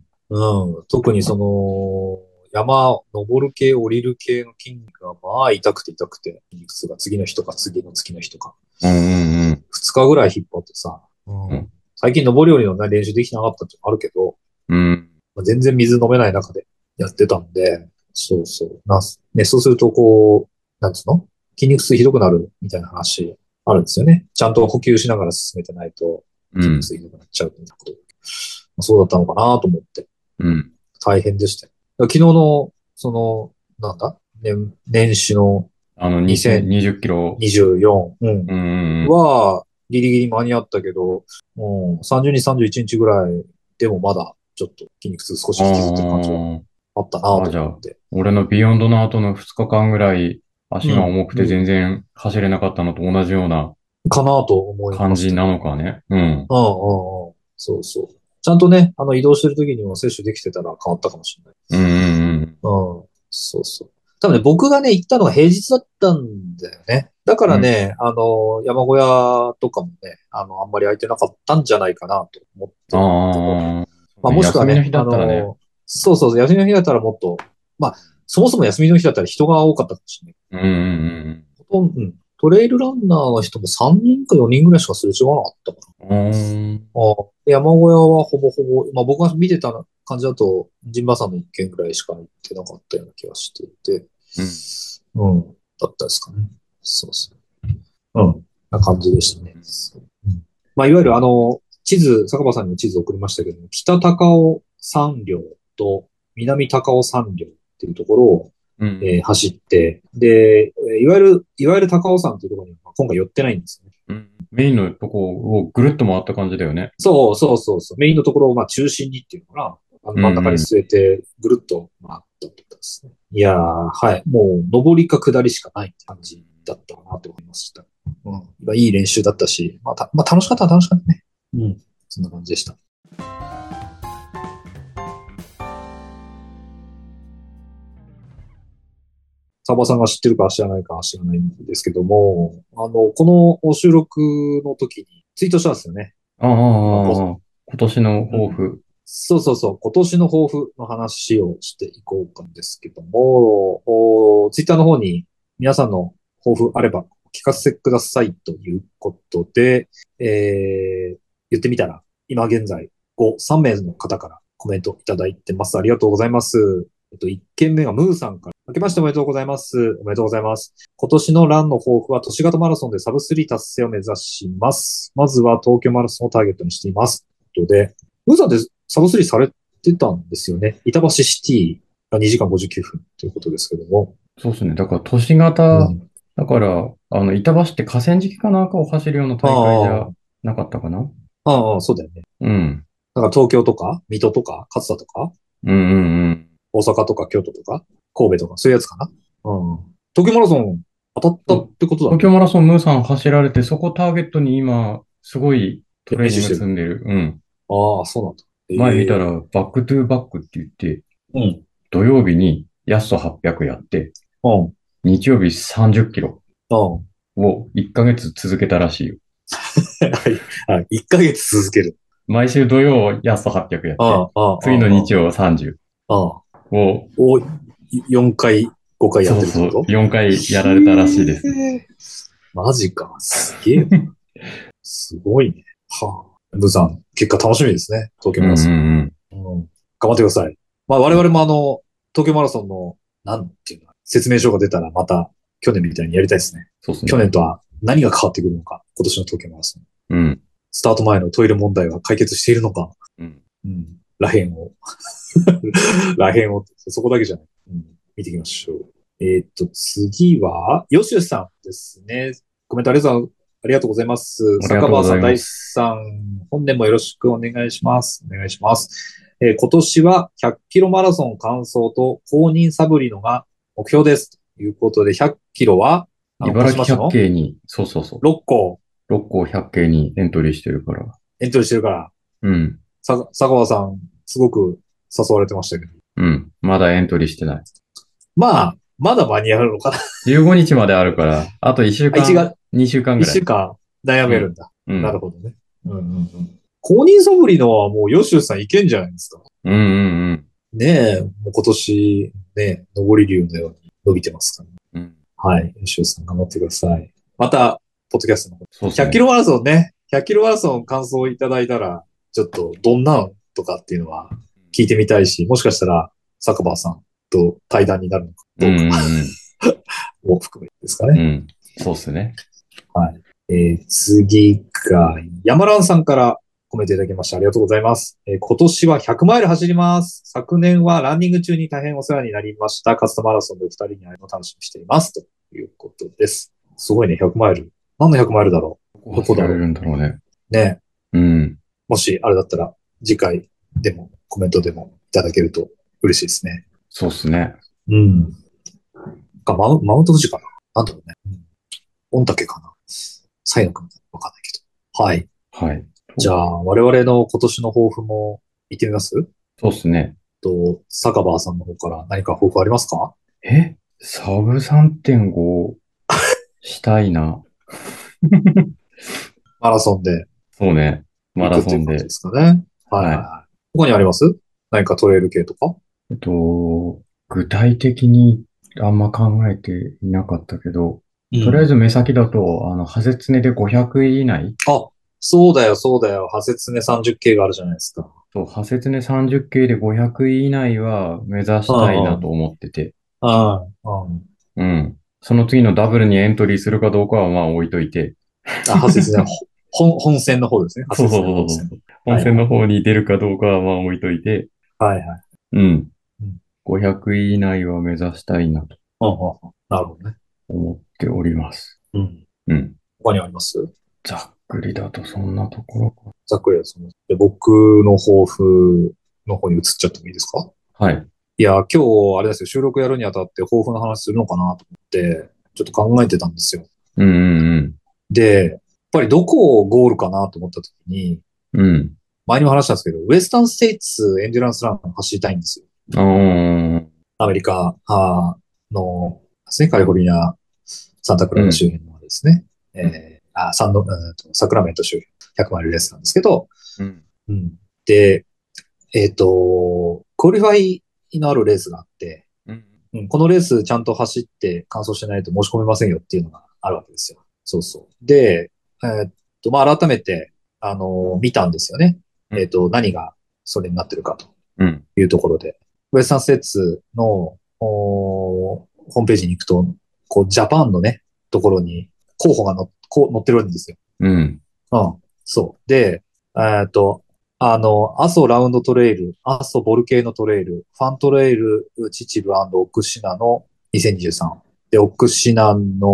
うん。特にその、山、登る系、降りる系の筋肉が、まあ、痛くて痛くて、筋肉痛が次の日とか次の次の日とか、 うん。うん。 ふつかぐらい引っ張ってさ、うん。最近登り降りの、ね、練習できなかったっていうのもあるけど、 うん。 まあ、全然水飲めない中でやってたんで、そうそう。な、ね、そうするとこう、なんつうの筋肉痛ひどくなるみたいな話あるんですよね。ちゃんと補給しながら進めてないと筋肉うん。 痛ひどくなっちゃうみたいなこと。まあそうだったのかなと思って。 うん。 大変でしたよ。昨日の、その、なんだ、年、年始のあの、にせんにじゅっキロ。 にじゅうよん、ううん、 ん。 は、ギリギリ間に合ったけど、うん、さんじゅうに、さんじゅういちにちぐらいでもまだちょっと筋肉痛少し引きずってる感じはああったなあ。あ、 とじゃあ、 思って。 俺のビヨンドの後のふつかかんぐらい足がうん、 重くてうん。 全然走れなかったのと同じようなかなと思いましたね。 感じなのかね。うん。 うん、うん、うん。そうそう。ちゃんとね、あの移動してる時にも摂取できてたら変わったかもしれない。 うんうんうん。そうそう。多分ね、僕がね、行ったのが平日だったんだよね。だかうん。うん。 らね、あの、山小屋とかもね、あの、あんまり空いてなかったんじゃないかなと思ってるんだけど、 ああ。そうまあ、 ね、 もしくはね、 休みの日だあったらね。 の、そうそうそう、休みの日だったらもっと、まあ、そもそも休みの日だったら人が多かったかもしれない。 うんうんほとんど、うん、トレイルランナーの人もさんにんかよにんぐらいしかすれ違わなかったかうん。うーん。 な。ああ、山小屋はほぼほぼ、まあ僕が見てた感じだと、ジンバさんのいっけんぐらいしか行ってなかったような気がしていて、 うん。 うん、だったですかね。そうそう。うん。な感じでしたね。そううん、まあ、いわゆるあの、地図、坂場さんにも地図送りましたけども、北高尾山稜と南高尾山稜っていうところを、 うん。 えー走って、で、えーいわゆる、いわゆる高尾山っていうところには今回寄ってないんですよね。 うん。メインのとこをぐるっと回った感じだよね。 そうそうそうそう。メインのところをまあ中心にっていうのかな。あのうん真ん中にうん。 据えてぐるっと回ったってことですね。いやー、はい。もう上りか下りしかないって感じだったかなと思いました。うん。まあいい練習だったし、まあ、たまあ、楽しかったは楽しかったね。うん。そんな感じでした。サバさんが知ってるか知らないか知らないんですけども、あの、この収録の時にツイートしたんですよね。 ああ、あまあ、ポあ、ああ。今年のうん。 抱負。 そうそうそう。今年の抱負の話をしていこうかんですけども、おツイッターの方に皆さんの抱負あればお聞かせくださいということで、えー、言ってみたら、今現在ご、さん名の方からコメントいただいてます。ありがとうございます。えっと、いっけんめがムーさんから。明けましておめでとうございます。おめでとうございます。今年のランの抱負は都市型マラソンでサブスリー達成を目指します。まずは東京マラソンをターゲットにしています。ということで、ムーさんってサブスリーされてたんですよね。板橋シティがにじかんごじゅうきゅうふんということですけども。 そうですね。だから都市型、 うん。 だからあの、板橋って河川敷かなんかを走るような大会じゃなかったかな。 ああ、そうだよね。 うん。 だから東京とか、水戸とか、勝田とか、 うんうんうん。 大阪とか京都とか、神戸とか、そういうやつかな。うん。東京マラソン当たったってことだね。 東京マラソンムーさん走られて、そこターゲットに今、すごいトレーニング練習してる。 積んでる。うん。 ああ、そうなんだ。 前見たええ、 ら、バックトゥーバックって言って、 うん。 土曜日にヤストはっぴゃくやって、 うん。 日曜日さんじゅっキロうん。 をいっかげつ続けたらしいよ。 はい。はい。いっかげつ続ける。 毎週土曜ヤストはっぴゃくやって、 ああ、ああ、 次のあ日曜さんじゅうあ、ああ。 を、 をよんかい、ごかいやっそうそう、 てるってこと？ よんかいやられたらしいです。 へえ。マジか。すげえな。すごいね。はあ。ブーさん、結果楽しみですね。東京うんうんマラソン。 うん。 うん。頑張ってください。まあ我々もあの、東京マラソンの、なんていうの、説明書が出たらまた去年みたいにやりたいですね。 そうですね。 去年とは何が変わってくるのか。今年の東京マラソン。 うん。 スタート前のトイレ問題は解決しているのか。 うん。 うん。らへんを。らへんを。そこだけじゃない。うん。見ていきましょう。えーっと、次は、ヨシュさんですね。コメントありがとうありがとうございます。 ありがとうご坂場さん、大地ざいます。 さん、本年もよろしくお願いします。お願いします。えー今年はひゃっキロマラソン完走と公認サブリノが目標です。ということで、ひゃっキロは、あの、鹿茨城百島市の景に、そうそうそう。 ろっころっこ百景にエントリーしてるから。 エントリーしてるから、 うん。 さ、坂場さん、すごく誘われてましたけど。 うん。まだエントリーしてない。 まあ、まだ間に合うのかな。 じゅうごにちまであるから、あと1週あ、1 間、 月、 にしゅうかんぐ一らい。 週間悩うん。 めるんだ。 うん。 なるほどね。うんうんうん。公認サブリノはもうヨシュさんいけんじゃないですか。 うんうんねえ、もう今年、ね、上り竜のように伸びてますからね。 うん。うん。 はい。ヨシュさん頑張ってください。また、ポッドキャストの方、100キそうですね。 ロマラソンね、ひゃっキロマラソン感想いただいたら、ちょっとどんなんとかっていうのは聞いてみたいし、もしかしたら、坂場さんと対談になるのかうんうどうかんも含めてですかうん。うね。 ん。そうですね。 はい。えー次が、山蘭さんからコメントいただきました。ありがとうございます。えー今年はひゃくマイル走ります。昨年はランニング中に大変お世話になりました。カスタマラソンでお二人に会えるのを楽しみにしています。ということです。すごいね、ひゃくマイル。何のひゃくマイルだろどこう？どこだろ走られるんだろうね。 うね。 うん。 もしあれだったら次回でもコメントでもいただけると嬉しいですね。 そうですね。 うん。かマウマウント富士かな、なんだろうね。うん。御嶽かな、サイのかな、わかんないけど。はい。 はい。 じゃあ、我々の今年の抱負も言ってみます？ そうですね。 と、坂場さんの方から何か抱負ありますか？ えサブ さんてんご したいな。 マラソンでそうね。マラ行くっていう感じでソンで。 すかね。はいはいはい。 はい。他にあります？何かトレイル系とか？ えっと、具体的にあんま考えていなかったけど、 うん。 とりあえず目先だと、あの、ハゼツネでごひゃく以内、 あ、そうだよ、そうだよ。ハセツネさんじゅっ系があるじゃないですか。 そう、ハセツネさんじゅっ系でごひゃく以内は目指うしたいなとんうん。 思ってて、 うん、うん。 うん。その次のダブルにエントリーするかどうかはまあ置いといて、 あ、ハセツネ、ほ本、本線の方ですね。ハセそうそうツネ本線。 そうそう。本はいはい。 戦の方に出るかどうかはまあ置いといて、 はいはい。 うん。 うん。 ごひゃく以内は目指したいなとうんうんうん。なるほどね。 思っております。 うん。 うん。 他にあります？ ざっくりだとそんなところか。 ざっくりですね。で、僕の抱負の方に移っちゃってもいいですか？ はい。 いや、今日、あれですよ、収録やるにあたって抱負の話するのかなと思って、ちょっと考えてたんですよ。 うんうんで、やっぱりどこをゴールかなと思った時に、 うん。うん。 前にも話したんですけど、ウエスタンステイツエンデュランスランを走りたいんですよ。 ああ、 アメリカあーのですね、カリフォルニア、サンタクララうん。 周辺のですね、 うん。 えー、あ、サンド、うんとサクラメント周辺、ひゃくマイルレースなんですけど、 うん。 うん。で、えっと、クオリファイのあるレースがあって、 うん。 うん、このレースちゃんと走って完走しないと申し込めませんよっていうのがあるわけですよ。そうそう。で、えーっと、まあ、改めて、あのー見たんですよね。 うん。 えーっと、何がそれになってるかとうん。 いうところで。ウエスタンステッツの、おーホームページに行くと、こう、ジャパンのね、ところに候補がのこう載ってるんですよ。 うん。 うん。そう。で、えーっと、あの、阿蘇ラウンドトレイル、阿蘇ボルケーノトレイル、ファントレイル、秩父オクシナのにせんにじゅうさん。で、オクシナの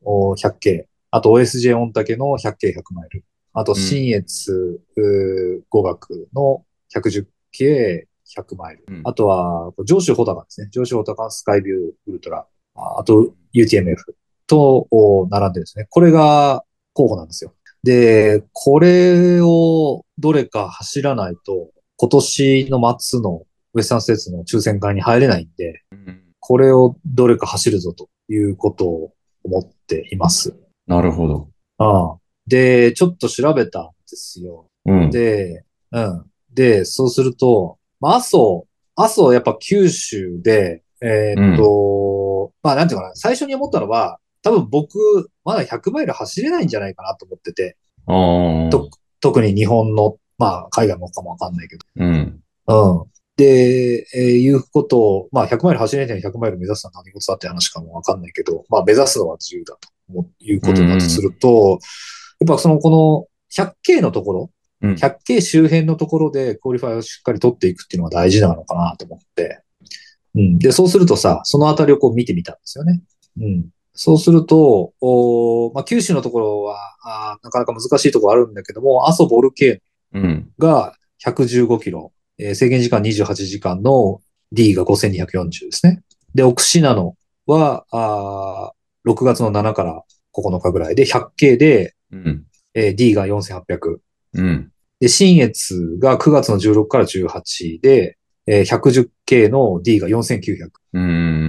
お ひゃくケー、あと オーエスジェー 御嶽の ひゃくケーひゃく マイル、あと新越、うー語学の ひゃくじゅっケーひゃく マイル、 うん。 あとは上州穂高ですね。上州穂高スカイビューウルトラ、ああと ユーティーエムエフ とお並んでですね。これが候補なんですよ。で、これをどれか走らないと、今年の末のウエスタンステーツの抽選会に入れないんで、 うん。 これをどれか走るぞということを思っています。 なるほど。 ああ。で、ちょっと調べたんですよ。 うん。 で、うん。で、そうすると、まあ、阿蘇、阿蘇やっぱ九州で、えーっうん。 と、まあなんていうかな、最初に思ったのは、多分僕、まだひゃくマイル走れないんじゃないかなと思ってて、 ああ。 と、特に日本の、まあ海外のかもわかんないけうん。 ど。うん。で、えーいうことを、まあひゃくマイル走れないのにひゃくマイル目指すのは何事だって話かもわかんないけど、まあ目指すのは自由だと思ういううことだとするん。 と、やっぱそのこの ひゃくケー のところ、 うん。 ひゃくケー 周辺のところでクオリファイをしっかり取っていくっていうのが大事なのかなと思って。うん。で、そうするとさ、そのあたりをこう見てみたんですよね。うん。そうすると、おまあ、九州のところはあなかなか難しいところあるんだけども、阿蘇ボルケーうん。 ノがひゃくじゅうごキロ、えー制限時間にじゅうはちじかんの D がごせんにひゃくよんじゅうですね。で、奥信濃はあろくがつのななからここのかぐらいで ひゃくケー で、 うん。 えー D がよんせんはっぴゃく。 うん。 で、新越がくがつのじゅうろくからじゅうはちで、えー ひゃくじゅっケー の D がよんせんきゅうひゃく。 うん。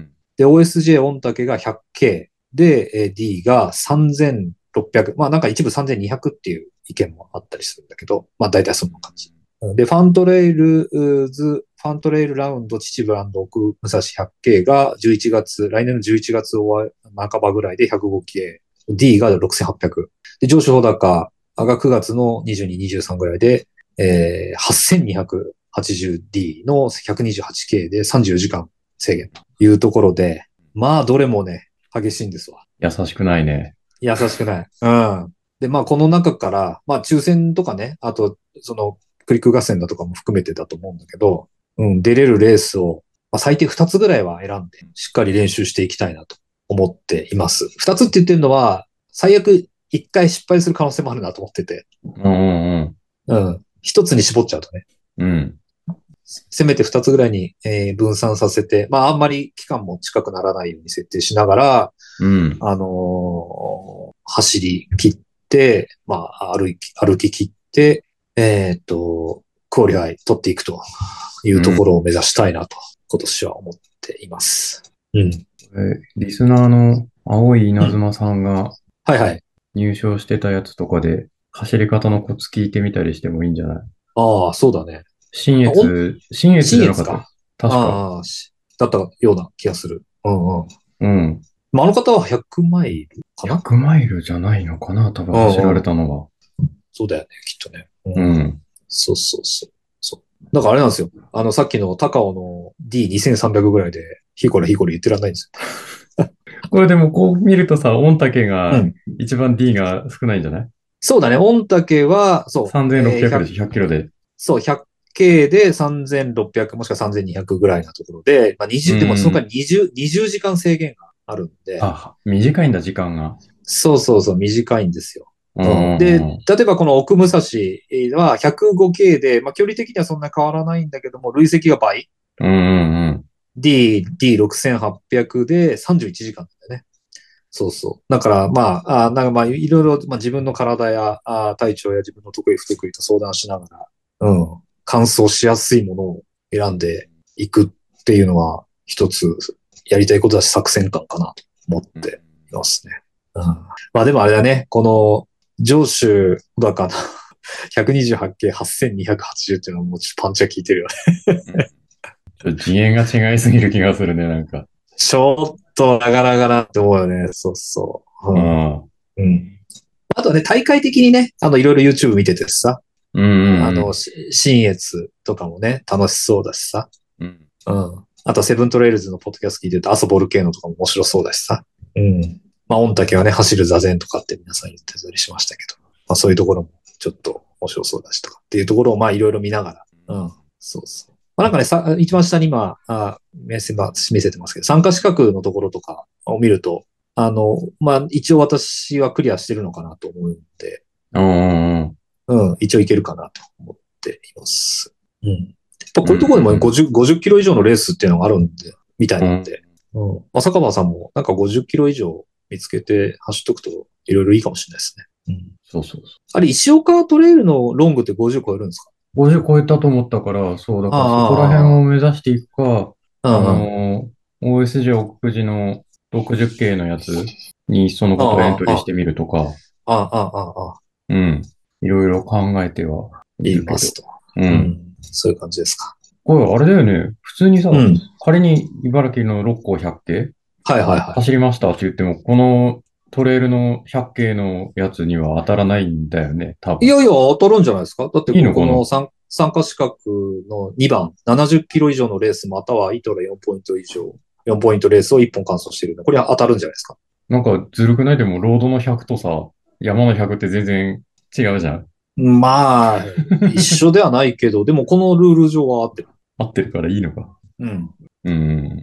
で、オーエスジェー 御嶽が ひゃくケー で、えー D がさんぜんろっぴゃく。まあなんか一部さんぜんにひゃくっていう意見もあったりするんだけど、まあ大体そんな感じ。で、ファントレイルズ、ファントレイルラウンド秩父奥武蔵 ひゃくケー がじゅういちがつ、来年のじゅういちがつ終わ半ばぐらいで ひゃくごケー。D がろくせんはっぴゃく。で、上昇穂高がくがつのにじゅうに、にじゅうさんぐらいで、えー、はっせんにひゃくはちじゅうディー の ひゃくにじゅうはちケー でさんじゅうよじかん制限というところで、まあ、どれもね、激しいんですわ。 優しくないね。 優しくない。うん。で、まあ、この中から、まあ、抽選とかね、あと、その、クリック合戦だとかも含めてだと思うんだけど、うん、出れるレースを、まあ、最低ふたつぐらいは選んで、しっかり練習していきたいなと思っています。ふたつって言ってるのは、最悪いっかい失敗する可能性もあるなと思ってて、 うんうんうん。ひとつに絞っちゃうとね。 うん。うん。 せめてふたつぐらいに、えー分散させて、まああんまり期間も近くならないように設定しながら、 うん。 あのー走り切って、まあ歩き、歩き切って、えーっと、クオリファイ取っていくというところを目指したいなと、今年は思っています。うん。 えリスナーの青い稲うん。 妻さんがはいはい。 入賞してたやつとかで走り方のコツ聞いてみたりしてもいいんじゃない？ ああ、そうだね。 新あ、おん、 越、新越じゃなかった？ 新越か。 確か。 ああ、しだったような気がする。うんうん。 うん。 まあ、あの方はひゃくマイルかな。 ひゃくマイルじゃないのかな多分走られうんうん。 たのは。 そうだよね、きっとね。うん。 うん。 そうそうそう。そう。だからあれなんですよ。あの、さっきの高尾の ディーにせんさんびゃく ぐらいで、ヒコラヒコラ言ってらんないんですこれでもこう見るとさ、御嶽よ。うがん。 一番 D が少ないんじゃない？ そうだね。御嶽は、そう、えー、 さんぜんろっぴゃく でひゃく、 しょ？ ひゃく キロで。 そう、ひゃくケー でさんぜんろっぴゃくもしくはさんぜんにひゃくぐらいなところで、まあ、 うにじゅう、でもその間ん。 にじゅう、にじゅうじかん制限があるんで、 あ、短いんだ、時間が。 そうそうそう、短いんですよ。 ううん。で、 ん。 例えばこの奥武蔵は ひゃくごケー で、まあ、距離的にはそんな変わらないんだけども、累積が倍。 うんうんうん。 D、ディーろくせんはっぴゃく でさんじゅういちじかんなんだよね。そうそう。だから、まあ、あなんかまあ、いろいろ、まあ、自分の体やあ体調や自分の得意不得意と相談しながら、うん、乾燥しやすいものを選んでいくっていうのは、一つやりたいことだし作戦感かなと思っていますね。うん、まあでもあれだね、この上州だかな、ひゃくにじゅうはちケーはっせんにひゃくはちじゅうっていうのはもうちょっとパンチが効いてるよね。 ちょっと次元が違いすぎる気がするね、なんか。 ちょっとなかなかなって思うよね。そうそう。うん。 うん。 うん。あとはね、大会的にね、あの、いろいろ YouTube 見ててさ、 うんうんあの、 うん。 し新越とかもね、楽しそうだしさ。 うん。 うん。あと、セブントレイルズのポッドキャスト聞いてると、アソボルケーノとかも面白そうだしさ。うん。まあ、御嶽はね、走る座禅とかって皆さん言ってたりしましたけど、まあ、そういうところもちょっと面白そうだしとかっていうところを、まあ、いろいろ見ながら。うん。そうそう。まあ、なんかね、さ、一番下に今、あ、見せま見せてますけど、参加資格のところとかを見ると、 あの、まあ、一応私はクリアしてるのかなと思うんで、 うんうんうん、一応いけるかなと思っています。うん。やっぱこういうところでもごじゅう、ごじゅっキロ以上のレースっていうのがあるんで、みたいなんで、うん。まあ、坂場さんもなんかごじゅっキロ以上見つけて走っとくといろいろいいかもしれないですね。うん。 そうそうそう。 あれ、石岡トレイルのロングってごじゅう超えるんですか？ ごじゅう超えたと思ったから、そう、だからそこら辺あを目指していくか、 あ、 あうんうん。 のー、オーエスジェー 奥久慈の ろくじゅっケー のやつにそのことエントリーしてみるとか、 ああ、ああ、ああ、ああ、 うん。いろいろ考えてはいるけど。 言いますと。 うん。 うん。そういう感じですか。 これ、あれだよね。普通にさ、 うん。 仮に茨城の六甲 ひゃっケーはいはいはい。 走りましたって言っても、このトレイルの ひゃっケー のやつには当たらないんだよね、多分。 いやいや、当たるんじゃないですか。だってこいいのかな？ この参参加資格のにばん、ななじゅっキロ以上のレースまたはイトラよんポイント以上、よんポイントレースをいっぽん完走しているので、これは当たるんじゃないですか。 なんかずるくない？でも、ロードのひゃくとさ、山のひゃくって全然違うじゃん。 まあ、一緒ではないけど、でもこのルール上は合ってる。 合ってるからいいのか。 うん。 うん。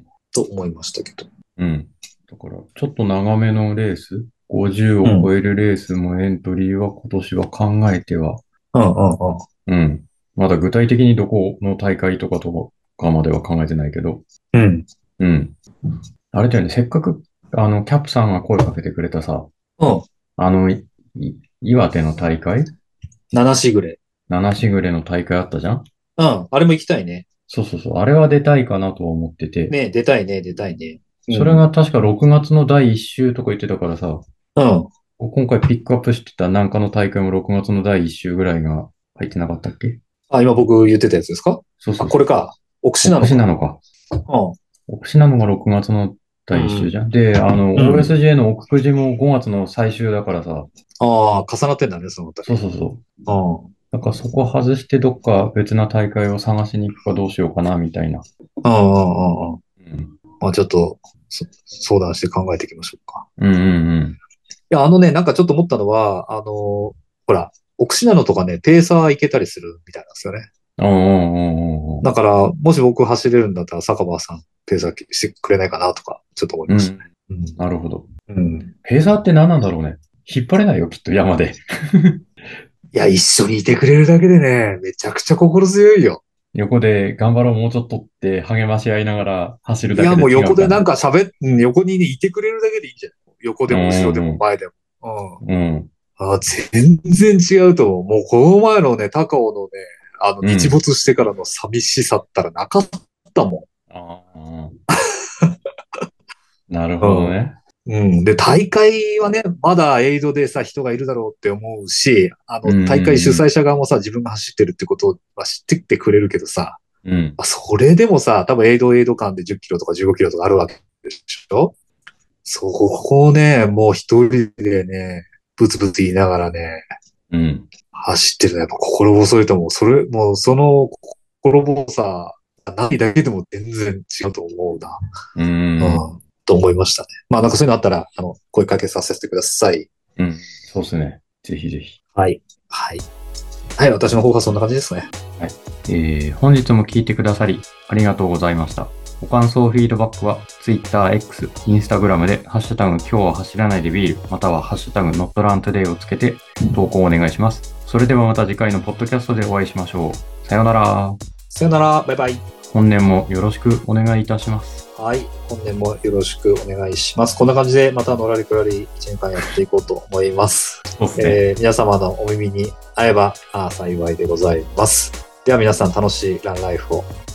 と思いましたけど。 うん。だから、ちょっと長めのレース、ごじゅううん。 を超えるレースもエントリーは今年は考えては、 うんうんうん。 うん。まだ具体的にどこの大会とかとかまでは考えてないけど、 うん。 うん。あれだよね、せっかく、あの、キャップさんが声かけてくれたさ、 うん。 あの、いい岩手の大会ななしぐれ。 七しぐれの大会あったじゃん。 うん。あれも行きたいね。 そうそうそう。あれは出たいかなとは思ってて、 ね出たいね、出たいね。うそれん。 が確かろくがつのだいいっ週とか言ってたからさ、 うん。 今回ピックアップしてた南下の大会もろくがつのだいいっ週ぐらいが入ってなかったっけ？ あ、今僕言ってたやつですか？あ、 そうそうそう。 これか。奥志な奥のか。 志なのか。 う奥志なのがろくがつのだいいっ週じゃん。で、あの、 ん。うん。 オーエスジェー の奥久慈もごがつの最終だからさ、 ああ、重なってんだね、そのあたり。 そうそうそう。 うん。 なんかそこ外してどっか別な大会を探しに行くかどうしようかな、みたいな。 うんうんうんうん。 うん。 まあちょっと、そ相談して考えていきましょうか。 うんうんいや、あのね、なんかちょっと思ったのは、あのーほら、奥信濃とかね、ペーサー行けたりするみたいなんですよね。 うん。うんうんうんうんだから、もし僕走れるんだったら、坂場さん、ペーサーしてくれないかなとか、ちょっと思いうん。うましたん。 ね。 なるほど。 うん。うん。 ペーサーって何なんだろうね。引っ張れないよ、きっと山で。 いや、一緒にいてくれるだけでね、めちゃくちゃ心強いよ。 横で頑張ろう、もうちょっとって励まし合いながら走るいや、 だけでもう横でなん違う感じ。 か喋っ、うん横にね、いてくれるだけでいいんじゃない？横うんでも後ろでうんも前でも。うん。 うん。うん。 あ、全然違うと思う。もうこの前のね、高尾のね、あの、日うん。 没してからの寂しさったらなかったもああ。なるほどん。 ね。 うん。うん。で、大会はね、まだエイドでさ、人がいるだろうって思うし、あの、 うん大会主うん催者側もさ、自分が走ってるってことは知ってきてくれるけどさ、 うん。うん。 あそれでもさ、多分エイドエイド間でじゅっキロとかじゅうごキロとかあるわけでしょ？そこをね、もう一人でね、ブツブツ言いながらね、 うん。 走ってるのはやっぱ心細いと思う。それ、もうその心細さ、何だけでも全然違うと思うな。 うん。 うん。と思いましたね。まあなんかそういうのあったら、あの、声かけさせてください。 うん。そうですね。ぜひぜひ。 はい。はい。はい、私の方がそんな感じですね。 はい。えー、本日も聞いてくださり、ありがとうございました。ご感想、フィードバックは、Twitter、X、Instagram で、ハッシュタグ、今日は走らないでビール、または、ハッシュタグ、NotRunToday をつけて、投稿お願いします。それではまた次回のポッドキャストでお会いしましょう。さようなら。 さよなら、バイバイ。 本年もよろしくお願いいたします。 はい。本年もよろしくお願いします。こんな感じで、またのらりくらりいちねんかんやっていこうと思います。 そうですね。 えー、皆様のお耳に合えばあ幸いでございます。では皆さん楽しいランライフを。